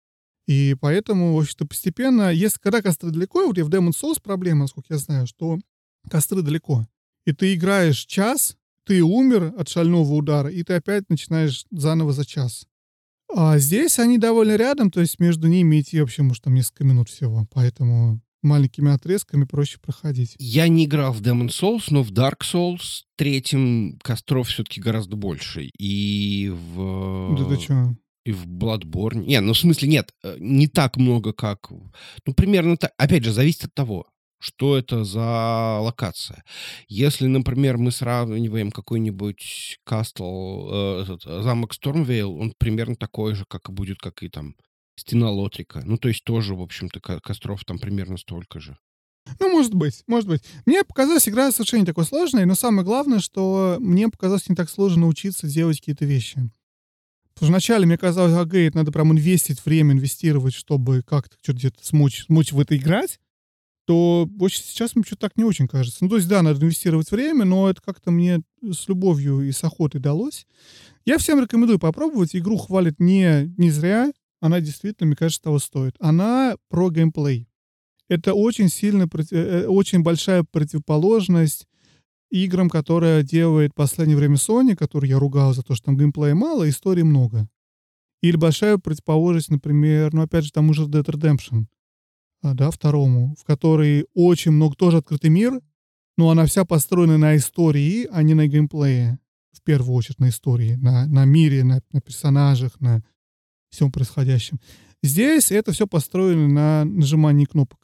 Speaker 1: И поэтому, в общем-то, постепенно, если когда костры далеко, вот я в Demon's Souls проблема, насколько я знаю, что костры далеко. И ты играешь час, ты умер от шального удара, и ты опять начинаешь заново за час. А здесь они довольно рядом, то есть между ними идти вообще, может, там несколько минут всего. Поэтому маленькими отрезками проще проходить.
Speaker 4: Я не играл в Demon's Souls, но в Dark Souls третьем костров все-таки гораздо больше. И в...
Speaker 1: Да ты чё?
Speaker 4: И в Bloodborne. Не, ну в смысле нет, э, не так много, как... Ну, примерно так. Опять же, зависит от того, что это за локация. Если, например, мы сравниваем какой-нибудь Кастл, э, этот, э, замок Стормвейл, он примерно такой же, как и будет, как и там Стена Лотрика. Ну, то есть тоже, в общем-то, ко- костров там примерно столько же.
Speaker 1: Ну, может быть, может быть. Мне показалась игра совершенно не такой сложной, но самое главное, что мне показалось не так сложно научиться делать какие-то вещи. Потому что вначале мне казалось, ага, это надо прям инвестить время, инвестировать, чтобы как-то что-то где-то смочь, смочь в это играть, то очень сейчас мне что-то так не очень кажется. Ну, то есть, да, надо инвестировать время, но это как-то мне с любовью и с охотой далось. Я всем рекомендую попробовать. Игру хвалят не, не зря. Она действительно, мне кажется, того стоит. Она про геймплей. Это очень сильно, проти- э, э, очень большая противоположность играм, которые делает в последнее время Sony, которые я ругал за то, что там геймплея мало, а истории много. Или большая противоположность, например, ну, опять же, тому же Dead Redemption, а, да, второму, в которой очень много, тоже открытый мир, но она вся построена на истории, а не на геймплее. В первую очередь на истории, на, на мире, на, на персонажах, на всем происходящем. Здесь это все построено на нажимании кнопок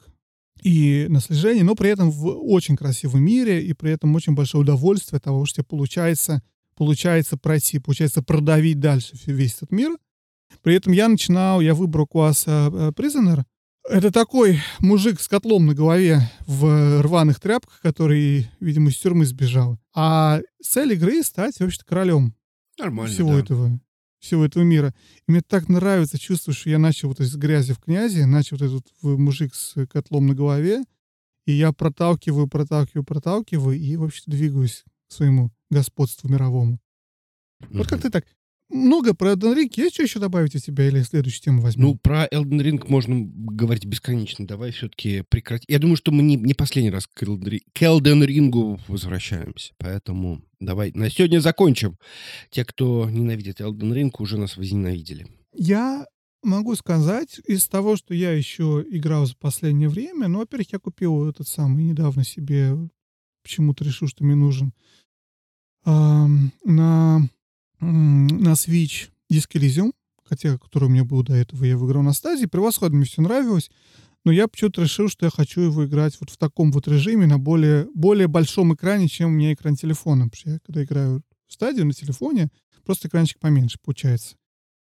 Speaker 1: и на слежении, но при этом в очень красивом мире, и при этом очень большое удовольствие от того, что тебе получается, получается пройти, получается продавить дальше весь этот мир. При этом я начинал, я выбрал класс э, Prisoner. Это такой мужик с котлом на голове в рваных тряпках, который, видимо, из тюрьмы сбежал. А цель игры — стать, вообще-то, королем
Speaker 4: Нормально,
Speaker 1: всего
Speaker 4: да.
Speaker 1: этого, всего этого мира. И мне так нравится чувство, что я начал вот из грязи в князи, начал вот этот в- мужик с котлом на голове, и я проталкиваю, проталкиваю, проталкиваю, и вообще-то двигаюсь к своему господству мировому. Вот как
Speaker 4: Мгм.
Speaker 1: ты так? Много про Elden Ring. Есть что еще добавить у тебя, или следующую тему возьмем?
Speaker 4: Ну, про Elden Ring можно говорить бесконечно. Давай все-таки прекратим. Я думаю, что мы не, не последний раз к Elden, Ри- к Elden Ring возвращаемся. Поэтому давай на сегодня закончим. Те, кто ненавидит Elden Ring, уже нас возненавидели.
Speaker 1: Я могу сказать, из того, что я еще играл за последнее время, ну, во-первых, я купил этот самый недавно себе, почему-то решил, что мне нужен, ам, на, м, на Switch Disc Elysium, хотя, который у меня был до этого, я выиграл на стадии, превосходно, мне все нравилось, Но я почему-то решил, что я хочу его играть вот в таком вот режиме на более, более большом экране, чем у меня экран телефона. Потому что я когда играю в стадию на телефоне, просто экранчик поменьше получается.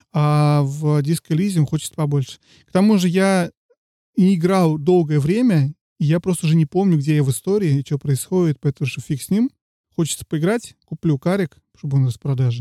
Speaker 1: А в Disco Elysium хочется побольше. К тому же я не играл долгое время, и я просто уже не помню, где я в истории и что происходит, поэтому что фиг с ним. Хочется поиграть, куплю карик, чтобы он в распродаже,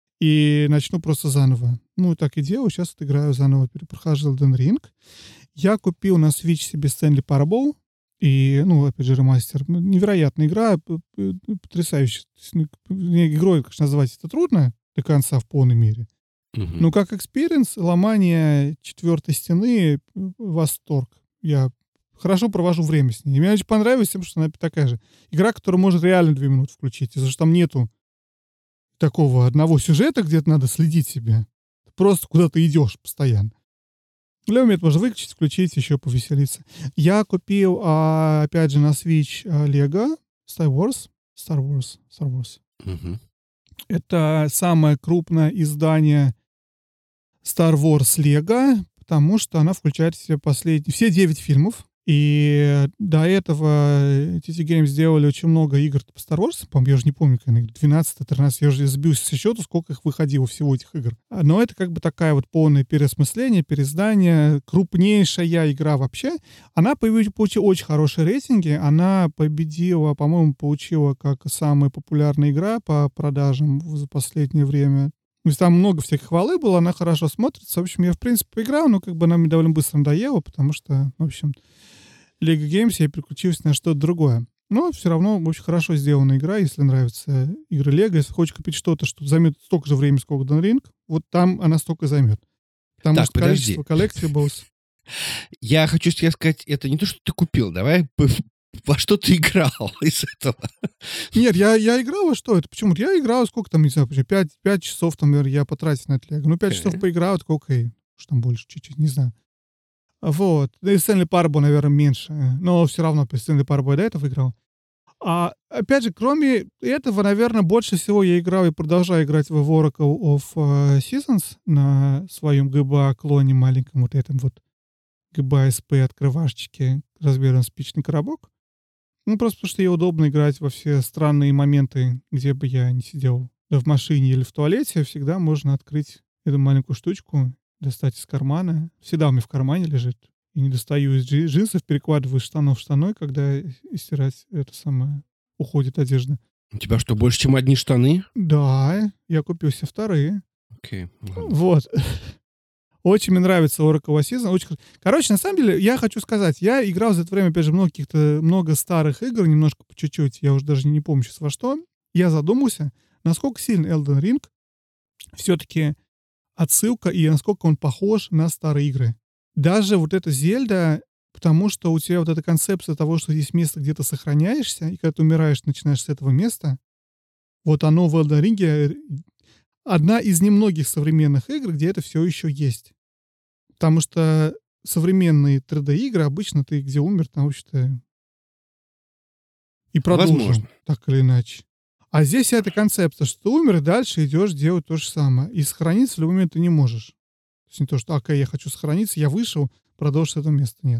Speaker 1: и начну просто заново. Ну, так и делаю. Сейчас вот играю заново, перепрохожу Elden Ring. Я купил на Switch себе Stanley Parable, и, ну, опять же, ремастер. Ну, невероятная игра, потрясающая. Игрой, конечно, назвать это трудно до конца в полной мере.
Speaker 4: Мгм.
Speaker 1: Но как экспириенс, ломание четвертой стены, восторг. Я хорошо провожу время с ней. И мне очень понравилось тем, что она такая же. Игра, которую можно реально две минуты включить, потому что там нету такого одного сюжета, где надо следить себе. Просто куда ты идешь постоянно. В любой момент можно выключить, включить, еще повеселиться. Я купил, а, опять же, на Switch а, Lego Star Wars. Star Wars. Star Wars.
Speaker 4: Мгм.
Speaker 1: Это самое крупное издание Star Wars Lego, потому что она включает в себя последние... Все девять фильмов. И до этого ти ти Games сделали очень много игр по Star Wars. По-моему, я уже не помню, двенадцать-тринадцать. Я уже сбился со счета, сколько их выходило всего этих игр. Но это как бы такая вот полное переосмысление, переиздание. Крупнейшая игра вообще. Она получила очень хорошие рейтинги. Она победила, по-моему, получила как самая популярная игра по продажам за последнее время. То есть там много всяких хвалы было, она хорошо смотрится. В общем, я, в принципе, поиграл, но как бы она мне довольно быстро надоела, потому что, в общем, Lego Games, я переключился на что-то другое. Но все равно очень хорошо сделанная игра, если нравятся игры Lego. Если хочешь купить что-то, что займет столько же времени, сколько Elden Ring, вот там она столько займет. Потому
Speaker 4: Так,
Speaker 1: что
Speaker 4: подожди.
Speaker 1: количество collectibles...
Speaker 4: Я хочу тебе сказать, это не то, что ты купил. Давай п- во что ты играл из этого.
Speaker 1: Нет, я, я играл во что это? Почему? Я играл, сколько там, не знаю, пять, пять часов, там, наверное, я потратил на это Lego. Ну, пять часов
Speaker 4: Окей.
Speaker 1: поиграл, так окей. Что там больше, чуть-чуть, не знаю. Вот. Да и Stanley Parable, наверное, меньше. Но все равно при Stanley Parable я до этого играл. А, опять же, кроме этого, наверное, больше всего я играл и продолжаю играть в Oracle of э, Seasons на своем джи би эй-клоне маленьком, вот этом вот джи би эй эс пи открывашечке размером спичный коробок. Ну, просто потому что ей удобно играть во все странные моменты, где бы я не сидел, да в машине или в туалете, всегда можно открыть эту маленькую штучку, достать из кармана. Всегда у меня в кармане лежит. И не достаю из джи- джинсов, перекладываю из штанов в штаной, когда и стирать это самое уходит одежда.
Speaker 4: У тебя что, больше, чем одни штаны?
Speaker 1: Да, я купил себе вторые.
Speaker 4: Окей. ладно.
Speaker 1: Вот. Очень мне нравится Oracle of Season. Очень... хор- Короче, на самом деле, я хочу сказать, я играл за это время, опять же, много каких-то, много старых игр, немножко по чуть-чуть, я уже даже не помню сейчас во что. Я задумался, насколько сильно Elden Ring все-таки отсылка и насколько он похож на старые игры. Даже вот эта Зельда, потому что у тебя вот эта концепция того, что есть место, где ты сохраняешься, и когда ты умираешь, начинаешь с этого места, вот оно в Elden Ring одна из немногих современных игр, где это все еще есть. Потому что современные три дэ-игры, обычно ты где умер, там вообще-то и продолжил,
Speaker 4: Возможно.
Speaker 1: так или иначе. А здесь эта концепция, что ты умер, и дальше идешь делать то же самое. И сохраниться в любой момент ты не можешь. То есть не то, что, окей, я хочу сохраниться, я вышел, продолжить это место. Нет.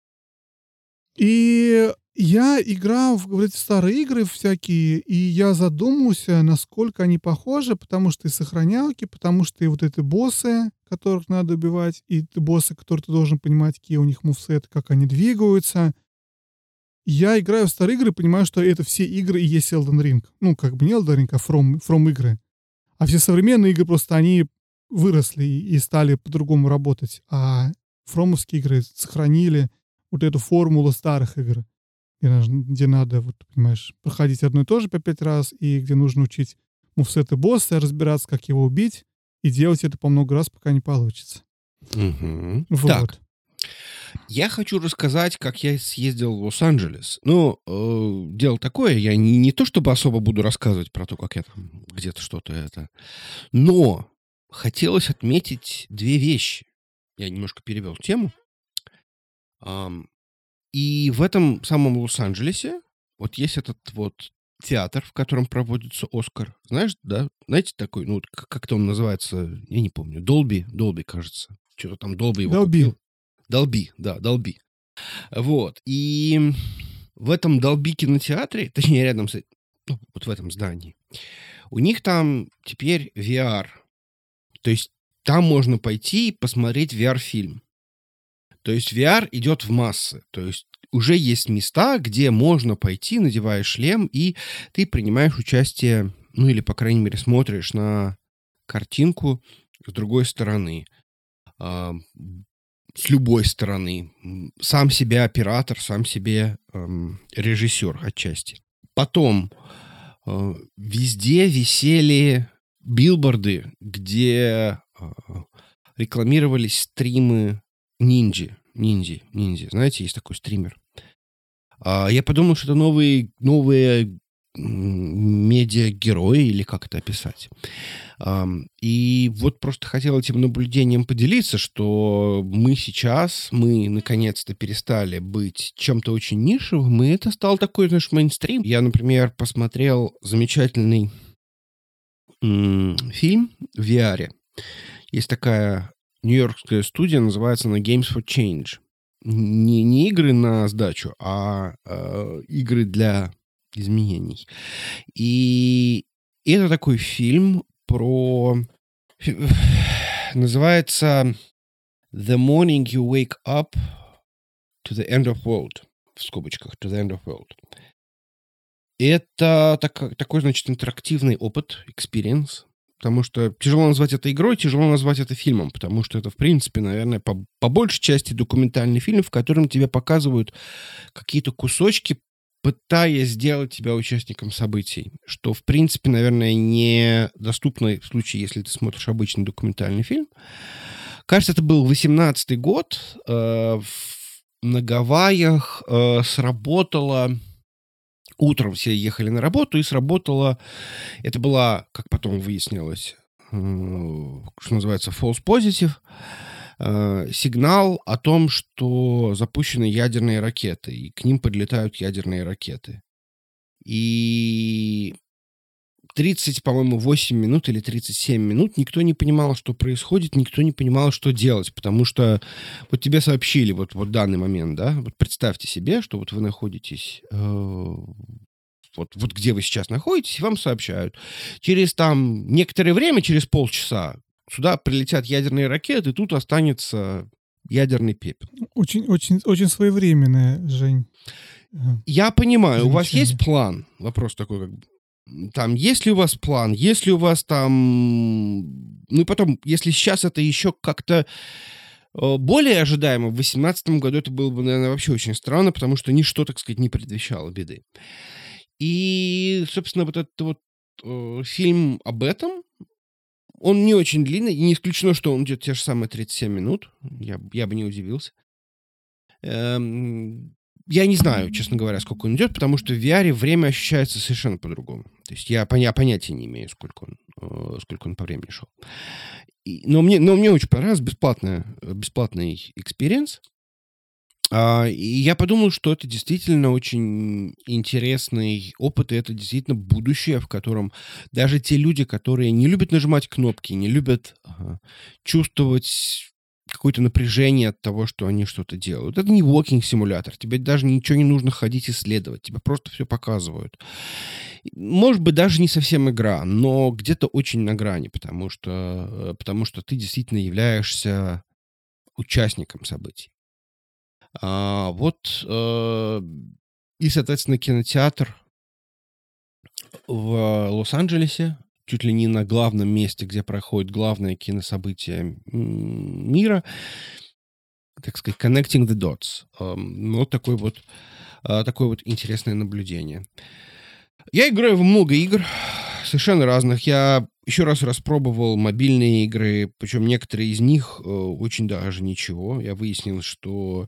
Speaker 1: И я играл в, говорите, старые игры всякие, и я задумался, насколько они похожи, потому что и сохранялки, потому что и вот эти боссы, которых надо убивать, и ты боссы, которые ты должен понимать, какие у них мувсеты, как они двигаются. Я играю в старые игры и понимаю, что это все игры и есть Elden Ring. Ну, как бы не Elden Ring, а From, From игры. А все современные игры просто они выросли и стали по-другому работать. А фромовские игры сохранили вот эту формулу старых игр, где, наж- где надо, вот, понимаешь, проходить одно и то же по пять раз, и где нужно учить мувсеты босса, разбираться, как его убить, и делать это по много раз, пока не получится.
Speaker 4: Мгм.
Speaker 1: Вот.
Speaker 4: Так, я хочу рассказать, как я съездил в Лос-Анджелес. Ну, э, дело такое, я не, не то чтобы особо буду рассказывать про то, как я там где-то что-то это, но хотелось отметить две вещи. Я немножко перевел тему. Ам, и в этом самом Лос-Анджелесе вот есть этот вот театр, в котором проводится Оскар. Знаешь, да? Знаете, такой, ну, вот к- как-то он называется, я не помню, Долби, Долби, кажется. Что-то там Долби его
Speaker 1: Долби.
Speaker 4: купил. Долби, да, Долби. Вот. И в этом Dolby кинотеатре, точнее, рядом с... Ну, вот в этом здании, у них там теперь ви ар. То есть там можно пойти и посмотреть ви ар-фильм. То есть ви ар идет в массы. То есть уже есть места, где можно пойти, надеваешь шлем, и ты принимаешь участие, ну или, по крайней мере, смотришь на картинку с другой стороны. А, с любой стороны. Сам себе оператор, сам себе эм, режиссер отчасти. Потом э, везде висели билборды, где э, рекламировались стримы Нинджи. Ниндзи, ниндзи. Знаете, есть такой стример. А, я подумал, что это новые, новые медиа-герои, или как это описать. А, и вот просто хотел этим наблюдением поделиться, что мы сейчас, мы наконец-то перестали быть чем-то очень нишевым, и это стал такой наш мейнстрим. Я, например, посмотрел замечательный м- фильм в ви ар. Есть такая нью-йоркская студия, называется она Games for Change. Не, не игры на сдачу, а э, игры для изменений. И это такой фильм про... Называется The Morning You Wake Up to the End of World. В скобочках. To the End of World. Это так, такой, значит, интерактивный опыт, experience. Потому что тяжело назвать это игрой, тяжело назвать это фильмом, потому что это, в принципе, наверное, по, по большей части документальный фильм, в котором тебе показывают какие-то кусочки, пытаясь сделать тебя участником событий, что, в принципе, наверное, недоступно в случае, если ты смотришь обычный документальный фильм. Кажется, это был восемнадцатый год. Э, на Гавайях э, сработало... Утром все ехали на работу, и сработало... Это была, как потом выяснилось, э, что называется, false positive, э, сигнал о том, что запущены ядерные ракеты, и к ним подлетают ядерные ракеты. И тридцать, по-моему, восемь минут или тридцать семь минут никто не понимал, что происходит, никто не понимал, что делать, потому что вот тебе сообщили вот, вот данный момент, да, вот представьте себе, что вот вы находитесь, э, вот, вот где вы сейчас находитесь, и вам сообщают. Через там некоторое время, через полчаса, сюда прилетят ядерные ракеты, и тут останется ядерный пепел.
Speaker 1: Очень, очень, очень своевременное, Жень.
Speaker 4: Я понимаю, у вас
Speaker 1: Замечание.
Speaker 4: есть план? Вопрос такой, как бы. Там, есть ли у вас план, есть ли у вас там... Ну и потом, если сейчас это еще как-то э, более ожидаемо, в восемнадцатом году это было бы, наверное, вообще очень странно, потому что ничто, так сказать, не предвещало беды. И, собственно, вот этот вот э, фильм об этом, он не очень длинный, и не исключено, что он идет те же самые тридцать семь минут. Я, я бы не удивился. Эм... Я не знаю, честно говоря, сколько он идет, потому что в ви ар время ощущается совершенно по-другому. То есть я поня- понятия не имею, сколько он, э, сколько он по времени шел. И, но, мне, но мне очень понравился бесплатный, бесплатный экспириенс. А, и я подумал, что это действительно очень интересный опыт, и это действительно будущее, в котором даже те люди, которые не любят нажимать кнопки, не любят ага, чувствовать какое-то напряжение от того, что они что-то делают. Это не walking-симулятор. Тебе даже ничего не нужно ходить исследовать. Тебе просто все показывают. Может быть, даже не совсем игра, но где-то очень на грани, потому что, потому что ты действительно являешься участником событий. А, вот э, и, соответственно, кинотеатр в Лос-Анджелесе, чуть ли не на главном месте, где проходит главное кинособытие мира, так сказать, connecting the dots. Вот такое вот, такое вот интересное наблюдение. Я играю в много игр, совершенно разных. Я еще раз распробовал мобильные игры, причем некоторые из них очень даже ничего. Я выяснил, что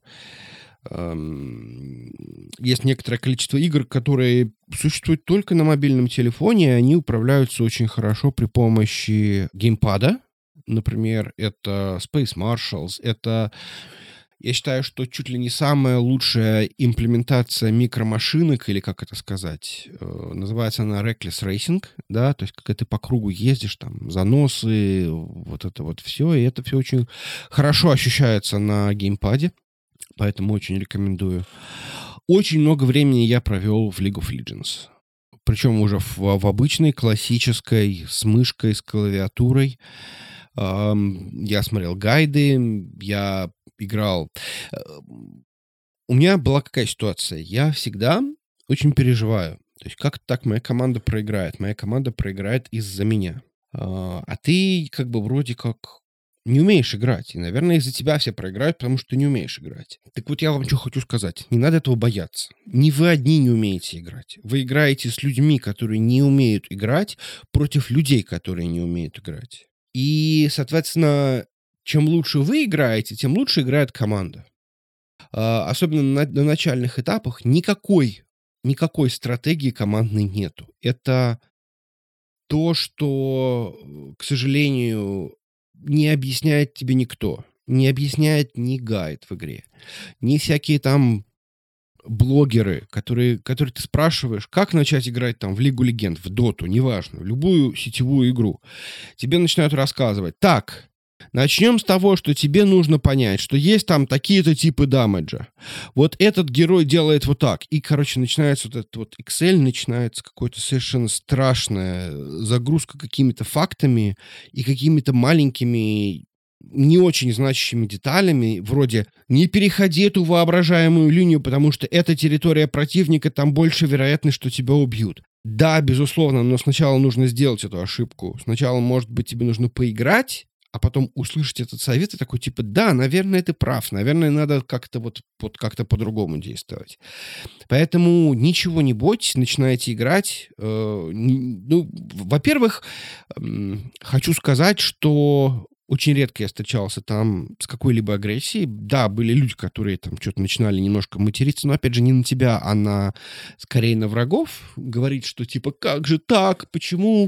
Speaker 4: есть некоторое количество игр, которые существуют только на мобильном телефоне, и они управляются очень хорошо при помощи геймпада. Например, это Space Marshals. Это, я считаю, что чуть ли не самая лучшая имплементация микромашинок, или как это сказать, называется она Reckless Racing, да, то есть когда ты по кругу ездишь, там, заносы, вот это вот все, и это все очень хорошо ощущается на геймпаде. Поэтому очень рекомендую. Очень много времени я провел в League of Legends. Причем уже в, в обычной, классической, с мышкой, с клавиатурой. Ам, Я смотрел гайды, я играл. Э, У меня была какая ситуация? Я всегда очень переживаю. То есть как так моя команда проиграет? Моя команда проиграет из-за меня. А а ты как бы вроде как не умеешь играть. И, наверное, из-за тебя все проиграют, потому что ты не умеешь играть. Так вот, я вам что хочу сказать. Не надо этого бояться. Не вы одни не умеете играть. Вы играете с людьми, которые не умеют играть, против людей, которые не умеют играть. И, соответственно, чем лучше вы играете, тем лучше играет команда. А, Особенно на, на начальных этапах никакой, никакой стратегии командной нету. Это то, что, э, к сожалению, не объясняет тебе никто. Не объясняет ни гайд в игре, ни всякие там блогеры, которые, которые ты спрашиваешь, как начать играть там в Лигу Легенд, в Доту, неважно, в любую сетевую игру. Тебе начинают рассказывать. Так, начнем с того, что тебе нужно понять, что есть там такие-то типы дамеджа. Вот этот герой делает вот так. И, короче, начинается вот этот вот Excel, начинается какая-то совершенно страшная загрузка какими-то фактами и какими-то маленькими, не очень значащими деталями, вроде «не переходи эту воображаемую линию, потому что это территория противника, там больше вероятность, что тебя убьют». Да, безусловно, но сначала нужно сделать эту ошибку. Сначала, может быть, тебе нужно поиграть, а потом услышать этот совет и такой, типа, да, наверное, ты прав, наверное, надо как-то вот, вот как-то по-другому действовать. Поэтому ничего не бойтесь, начинайте играть. Э, н- ну, во-первых, м, хочу сказать, что очень редко я встречался там с какой-либо агрессией. Да, были люди, которые там что-то начинали немножко материться, но, опять же, не на тебя, а на, скорее, на врагов. Говорить, что, типа, как же так, почему...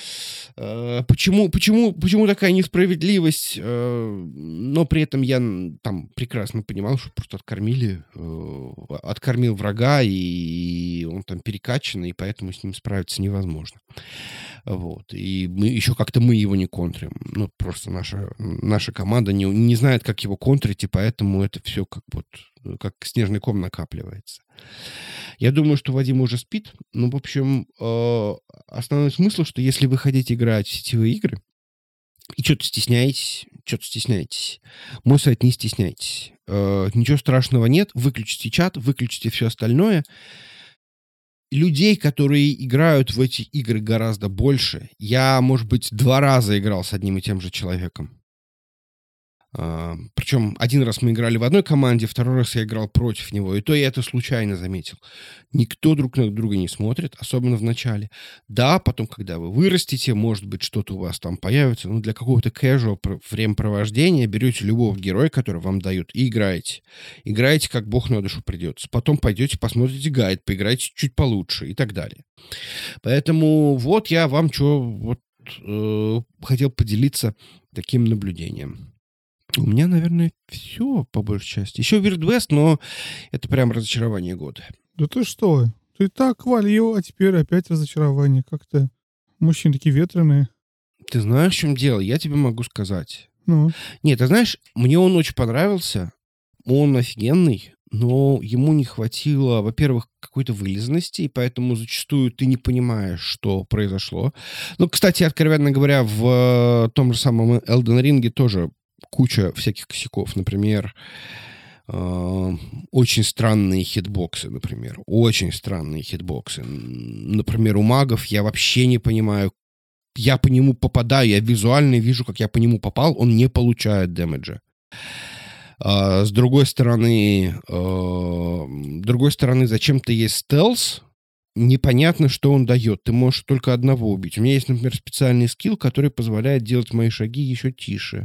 Speaker 4: Э, Почему, почему, почему такая несправедливость? Э, Но при этом я н- там прекрасно понимал, что просто откормили, э, откормил врага, и он там перекачанный, и поэтому с ним справиться невозможно. Вот. И мы еще как-то мы его не контрим. Ну, просто наша, наша команда не, не знает, как его контрить, и поэтому это все как вот э, как снежный ком накапливается. Я думаю, что Вадим уже спит. Ну, в общем, э, основной смысл, что если вы хотите играть в сетевые игры и что-то стесняетесь, что-то стесняетесь, мой совет: не стесняйтесь. Э, ничего страшного нет. Выключите чат, выключите все остальное. Людей, которые играют в эти игры, гораздо больше. Я, может быть, два раза играл с одним и тем же человеком. А, Причем один раз мы играли в одной команде, второй раз я играл против него. И то я это случайно заметил. Никто друг на друга не смотрит, особенно в начале. Да, потом, когда вы вырастете, может быть, что-то у вас там появится. Но для какого-то casual пр- времяпровождения берете любого героя, который вам дают, и играете. Играете, как бог на душу придется. Потом пойдете, посмотрите гайд, поиграете чуть получше и так далее. Поэтому вот я вам что вот э, хотел поделиться таким наблюдением. У меня, наверное, все по большей части. Еще Weird West, но это прям разочарование года.
Speaker 1: Да ты что? Ты так хвалил, а теперь опять разочарование. Как-то мужчины такие ветреные.
Speaker 4: Ты знаешь, в чем дело? Я тебе могу сказать.
Speaker 1: Ну,
Speaker 4: Нет, ты знаешь, мне он очень понравился. Он офигенный, но ему не хватило, во-первых, какой-то вылезности, и поэтому зачастую ты не понимаешь, что произошло. Ну, кстати, откровенно говоря, в э, том же самом Elden Ring тоже куча всяких косяков. Например, э, очень странные хитбоксы, например. Очень странные хитбоксы. М, Например, у магов я вообще не понимаю. Я по нему попадаю, я визуально вижу, как я по нему попал, он не получает дэмэджа. А, с другой стороны, э, с другой стороны, зачем-то есть стелс, непонятно, что он дает. Ты можешь только одного убить. У меня есть, например, специальный скилл, который позволяет делать мои шаги еще тише.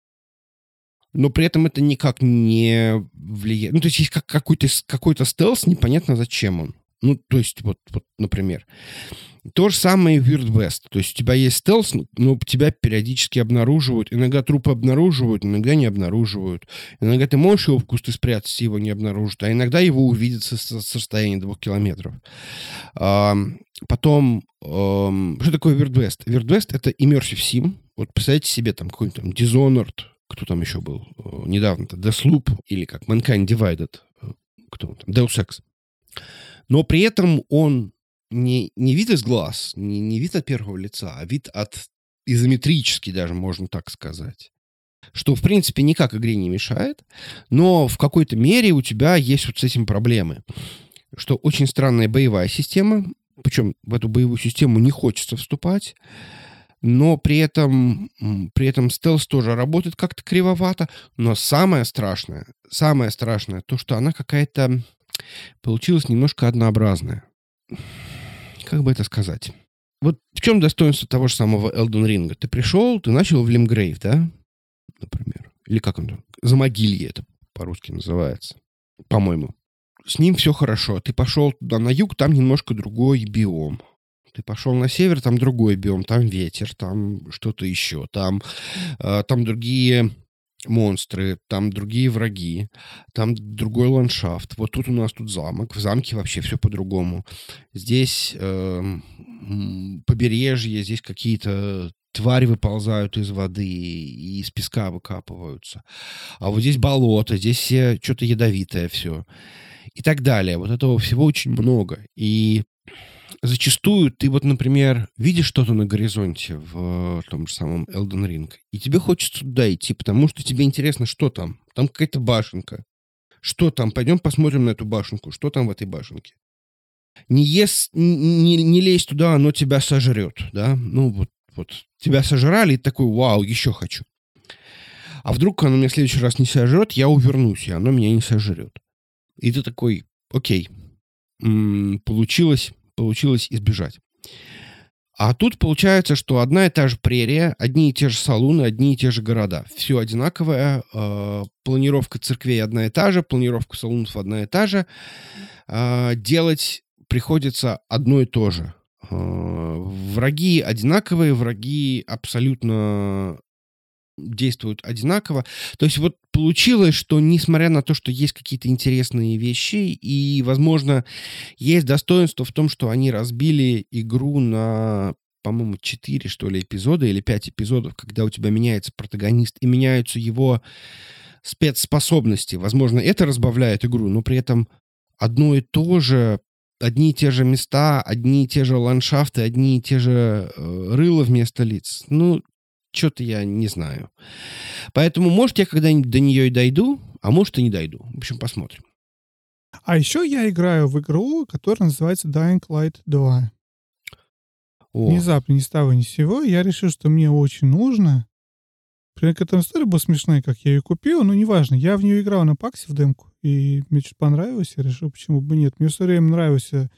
Speaker 4: Но при этом это никак не влияет. Ну, то есть есть как какой-то, с- какой-то стелс, непонятно зачем он. Ну, то есть, вот, вот, например. То же самое и в Weird West. То есть у тебя есть стелс, но тебя периодически обнаруживают. Иногда трупы обнаруживают, иногда не обнаруживают. Иногда ты можешь его в кусты спрятать, и его не обнаружат, а иногда его увидят со, со- с расстояния двух километров. Ам, потом, ам, что такое Weird West? Weird West — это immersive sim. Вот представьте себе там какой-нибудь там Dishonored, кто там еще был э, недавно-то, Deathloop или как Mankind Divided, э, кто он там, Deus Ex. Но при этом он не, не вид из глаз, не, не вид от первого лица, а вид от изометрический даже, можно так сказать. Что, в принципе, никак игре не мешает, но в какой-то мере у тебя есть вот с этим проблемы. Что очень странная боевая система, причем в эту боевую систему не хочется вступать, но при этом, при этом стелс тоже работает как-то кривовато. Но самое страшное, самое страшное, то, что она какая-то получилась немножко однообразная. Как бы это сказать? Вот в чем достоинство того же самого Elden Ring? Ты пришел, ты начал в Limgrave, да? Например. Или как он там? Замогилье это по-русски называется. По-моему. С ним все хорошо. Ты пошел туда на юг, там немножко другой биом. Ты пошел на север, там другой биом. Там ветер, там что-то еще. Там, э, там другие монстры, там другие враги, там другой ландшафт. Вот тут у нас тут замок. В замке вообще все по-другому. Здесь э, побережье, здесь какие-то твари выползают из воды и из песка выкапываются. А вот здесь болото, здесь все что-то ядовитое все. И так далее. Вот этого всего очень много. И зачастую ты вот, например, видишь что-то на горизонте в том же самом Elden Ring, и тебе хочется туда идти, потому что тебе интересно, что там. Там какая-то башенка. Что там? Пойдем посмотрим на эту башенку. Что там в этой башенке? Не, ес, не, не лезь туда, оно тебя сожрет. Да? Ну вот, вот. Тебя сожрали, и ты такой, вау, еще хочу. А вдруг оно меня в следующий раз не сожрет, я увернусь, и оно меня не сожрет. И ты такой, окей, м-м, получилось, получилось избежать. А тут получается, что одна и та же прерия, одни и те же салуны, одни и те же города. Все одинаковое, э, планировка церквей одна и та же, планировка салунов одна и та же. Э, делать приходится одно и то же. Э, враги одинаковые, враги абсолютно действуют одинаково. То есть вот получилось, что несмотря на то, что есть какие-то интересные вещи, и, возможно, есть достоинство в том, что они разбили игру на, по-моему, четыре, что ли, эпизода или пять эпизодов, когда у тебя меняется протагонист и меняются его спецспособности. Возможно, это разбавляет игру, но при этом одно и то же, одни и те же места, одни и те же ландшафты, одни и те же э, рыла вместо лиц. Ну, что-то я не знаю. Поэтому, может, я когда-нибудь до нее и дойду, а может, и не дойду. В общем, посмотрим.
Speaker 1: А еще я играю в игру, которая называется Dying Light два. О. Внезапно, ни с того, ни с сего, я решил, что мне очень нужно. При этом история была смешная, как я ее купил, но неважно. Я в нее играл на паксе в демку, и мне что-то понравилось, я решил, почему бы нет. Мне все время нравился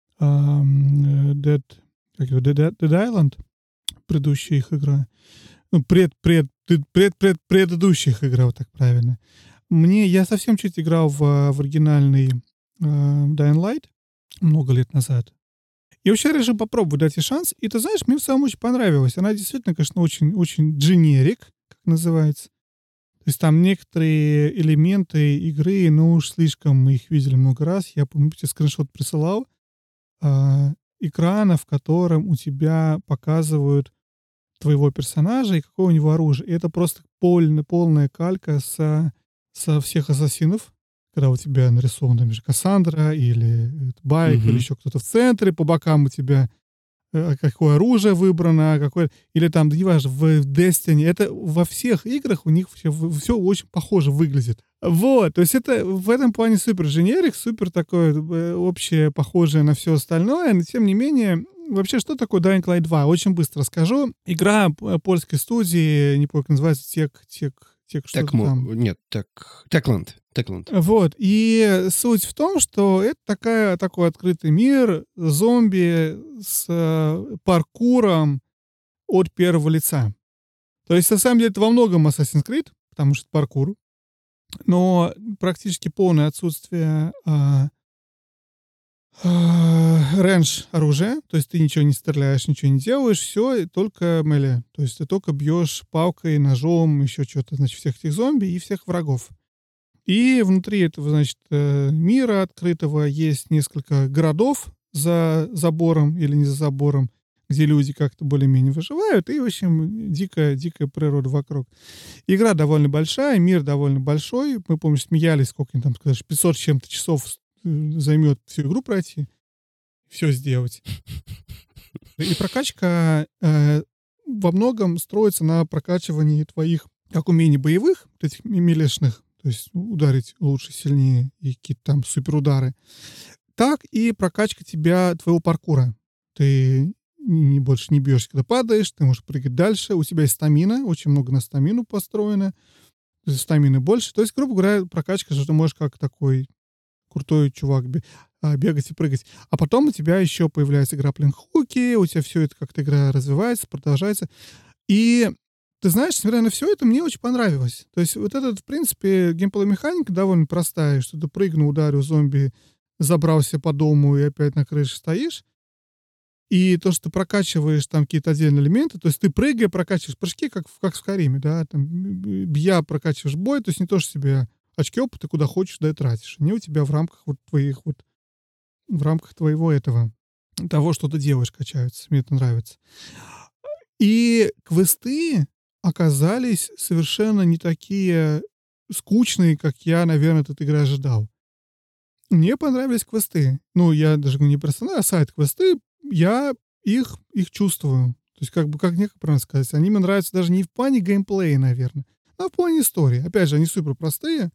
Speaker 1: um, Dead, как его, Dead, Dead Island, предыдущая их игра. Ну, пред, пред, пред, пред, предыдущих игра, вот так правильно. Мне, я совсем чуть играл в, в оригинальный э, Dying Light много лет назад. И вообще решил попробовать, дать ей шанс. И ты знаешь, мне в целом очень понравилось. Она действительно, конечно, очень, очень дженерик, как называется. То есть там некоторые элементы игры, ну уж слишком мы их видели много раз. Я, помню, тебе скриншот присылал. Э, экрана, в котором у тебя показывают твоего персонажа и какое у него оружие. И это просто полная, полная калька со, со всех ассасинов, когда у тебя нарисован, там, Кассандра или Байк, mm-hmm. или еще кто-то в центре, по бокам у тебя э, какое оружие выбрано, какое... или там, да неважно, в Destiny. Это во всех играх у них все, все очень похоже выглядит. Вот, то есть это в этом плане супер дженерик, супер такое э, общее, похожее на все остальное, но тем не менее. Вообще, что такое Dying Light два? Очень быстро расскажу. Игра польской студии, не помню, как называется, Тек... Тек... Тек что там.
Speaker 4: Нет, Тек... Techland. Techland.
Speaker 1: Вот. И суть в том, что это такая, такой открытый мир, зомби с э, паркуром от первого лица. То есть, на самом деле, это во многом Assassin's Creed, потому что это паркур. Но практически полное отсутствие... Э, рейндж оружия, то есть ты ничего не стреляешь, ничего не делаешь, все, только меле. То есть ты только бьешь палкой, ножом, еще что-то, значит, всех этих зомби и всех врагов. И внутри этого, значит, мира открытого есть несколько городов за забором или не за забором, где люди как-то более-менее выживают, и, в общем, дикая, дикая природа вокруг. Игра довольно большая, мир довольно большой. Мы, помню, смеялись, сколько там, сказать, пятьсот с чем-то часов займет всю игру пройти, все сделать. И прокачка э, во многом строится на прокачивании твоих как умений боевых, вот этих милешных, то есть ударить лучше, сильнее, и какие-то там суперудары, так и прокачка тебя, твоего паркура. Ты не, больше не бьешься, когда падаешь, ты можешь прыгать дальше, у тебя есть стамина, очень много на стамину построено, стамины больше. То есть, грубо говоря, прокачка, что ты можешь как такой крутой чувак бегать и прыгать. А потом у тебя еще появляются граплинг-хуки, у тебя все это как-то игра развивается, продолжается. И ты знаешь, несмотря на все это, мне очень понравилось. То есть вот этот, в принципе, геймплей-механика довольно простая, что ты прыгнул, ударил зомби, забрался по дому и опять на крыше стоишь. И то, что ты прокачиваешь там какие-то отдельные элементы, то есть ты прыгая, прокачиваешь прыжки, как, в- как в Скариме, да, там, бья, прокачиваешь бой, то есть не то, что себе очки опыта куда хочешь, да и тратишь. Они у тебя в рамках вот твоих вот, в рамках твоего этого, того, что ты делаешь, качаются. Мне это нравится. И квесты оказались совершенно не такие скучные, как я, наверное, от этой игры ожидал. Мне понравились квесты. Ну, я даже не персонаж, а сайт-квесты. Я их, их чувствую. То есть, как бы, как мне правильно сказать, они мне нравятся даже не в плане геймплея, наверное, а в плане истории. Опять же, они супер простые.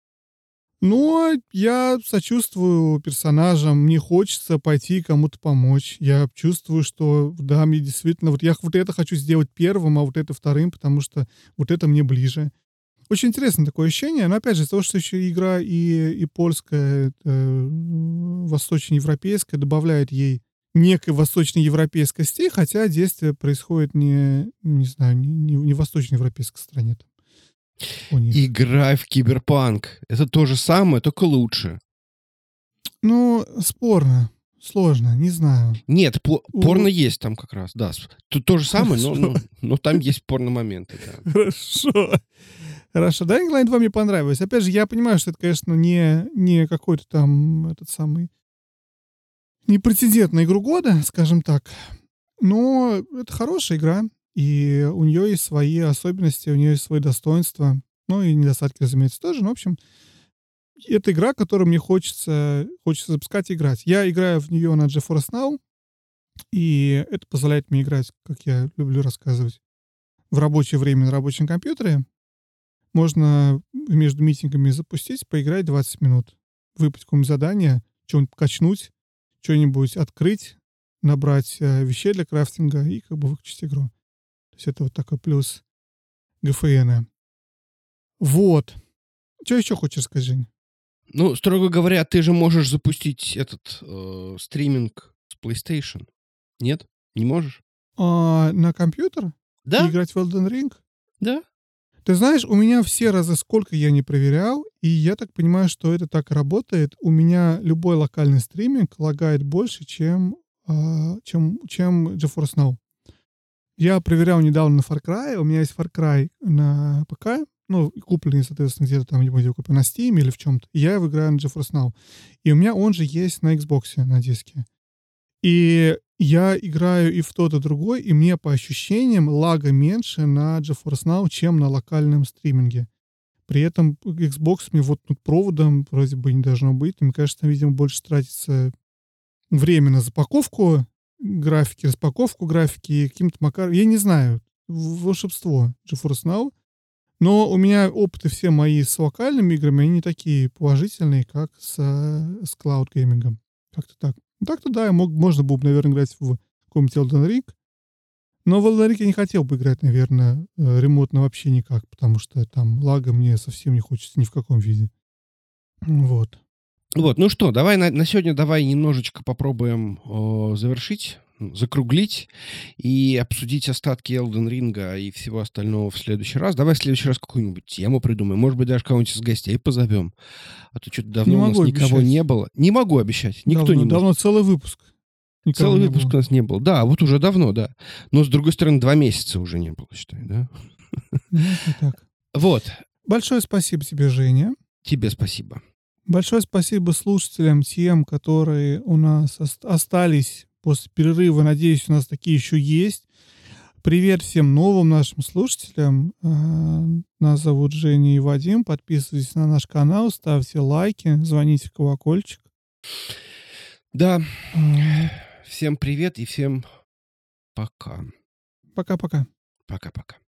Speaker 1: Но я сочувствую персонажам, мне хочется пойти кому-то помочь. Я чувствую, что да, мне действительно, вот я вот это хочу сделать первым, а вот это вторым, потому что вот это мне ближе. Очень интересное такое ощущение, но опять же, из-за того, что еще игра и, и польская, э, восточноевропейская, добавляет ей некой восточноевропейскости, хотя действие происходит не, не знаю, не, не, не в восточноевропейской стране. Там, у них.
Speaker 4: Играй в Киберпанк. Это то же самое, только лучше.
Speaker 1: Ну, спорно, сложно, не знаю.
Speaker 4: Нет, по-
Speaker 1: У-
Speaker 4: порно есть там как раз, да. С- Тут то же самое, но,
Speaker 1: Хорошо.
Speaker 4: но, но там есть порно-моменты, да.
Speaker 1: Хорошо. Хорошо. Dying Light два мне понравилось. Опять же, я понимаю, что это, конечно, не, не какой-то там этот самый не претендент на игру года, скажем так. Но это хорошая игра. И у нее есть свои особенности, у нее есть свои достоинства. Ну и недостатки, разумеется, тоже. Но, в общем, это игра, которую мне хочется, хочется запускать и играть. Я играю в нее на GeForce Now, и это позволяет мне играть, как я люблю рассказывать, в рабочее время на рабочем компьютере. Можно между митингами запустить, поиграть двадцать минут, выполнить какое-нибудь задание, что-нибудь качнуть, что-нибудь открыть, набрать э, вещей для крафтинга и как бы выключить игру. То есть это вот такой плюс джи эф эн. Вот. Что еще хочешь сказать, Жень?
Speaker 4: Ну, строго говоря, ты же можешь запустить этот э, стриминг с PlayStation. Нет? Не можешь?
Speaker 1: А, на компьютер? И
Speaker 4: Да?
Speaker 1: играть в Elden Ring?
Speaker 4: Да?
Speaker 1: Ты знаешь, у меня все разы, сколько я не проверял, и я так понимаю, что это так работает. У меня любой локальный стриминг лагает больше, чем, а, чем, чем GeForce Now. Я проверял недавно на Far Cry. У меня есть Far Cry на ПК, ну, и купленный, соответственно, где-то там, где купил на Steam или в чем-то. И я его играю на GeForce Now. И у меня он же есть на Xbox, на диске. И я играю и в тот, и в другой, и мне по ощущениям лага меньше на GeForce Now, чем на локальном стриминге. При этом Xbox мне вот тут проводом вроде бы не должно быть. И мне кажется, там, видимо, больше тратится время на запаковку графики, распаковку графики и каким-то макаром. Я не знаю. В- Волшебство GeForce Now. Но у меня опыты все мои с локальными играми, они не такие положительные, как с, э, с Cloud Gaming. Как-то так. Ну, так-то да, мог, можно было бы, наверное, играть в каком-нибудь Elden Ring. Но в Elden Ring я не хотел бы играть, наверное, э, ремонтно вообще никак, потому что там лага мне совсем не хочется ни в каком виде. Вот.
Speaker 4: Вот, ну что, давай на, на сегодня давай немножечко попробуем о, завершить, закруглить и обсудить остатки Elden Ring и всего остального в следующий раз. Давай в следующий раз какую-нибудь тему придумаем. Может быть, даже кого-нибудь из гостей позовем. А то что-то давно
Speaker 1: Не
Speaker 4: у нас
Speaker 1: могу
Speaker 4: никого
Speaker 1: обещать.
Speaker 4: не было. Не могу обещать. Никто
Speaker 1: давно,
Speaker 4: не может.
Speaker 1: давно целый выпуск. Никого
Speaker 4: Целый
Speaker 1: не
Speaker 4: выпуск
Speaker 1: было.
Speaker 4: у нас не было. Да, вот уже давно, да. Но, с другой стороны, два месяца уже не было, считай, да?
Speaker 1: Ну, это так.
Speaker 4: Вот.
Speaker 1: Большое спасибо тебе, Женя.
Speaker 4: Тебе спасибо.
Speaker 1: Большое спасибо слушателям, тем, которые у нас ост- остались после перерыва. Надеюсь, у нас такие еще есть. Привет всем новым нашим слушателям. Нас зовут Женя и Вадим. Подписывайтесь на наш канал, ставьте лайки, звоните в колокольчик.
Speaker 4: Да. Всем привет и всем пока.
Speaker 1: Пока-пока.
Speaker 4: Пока-пока.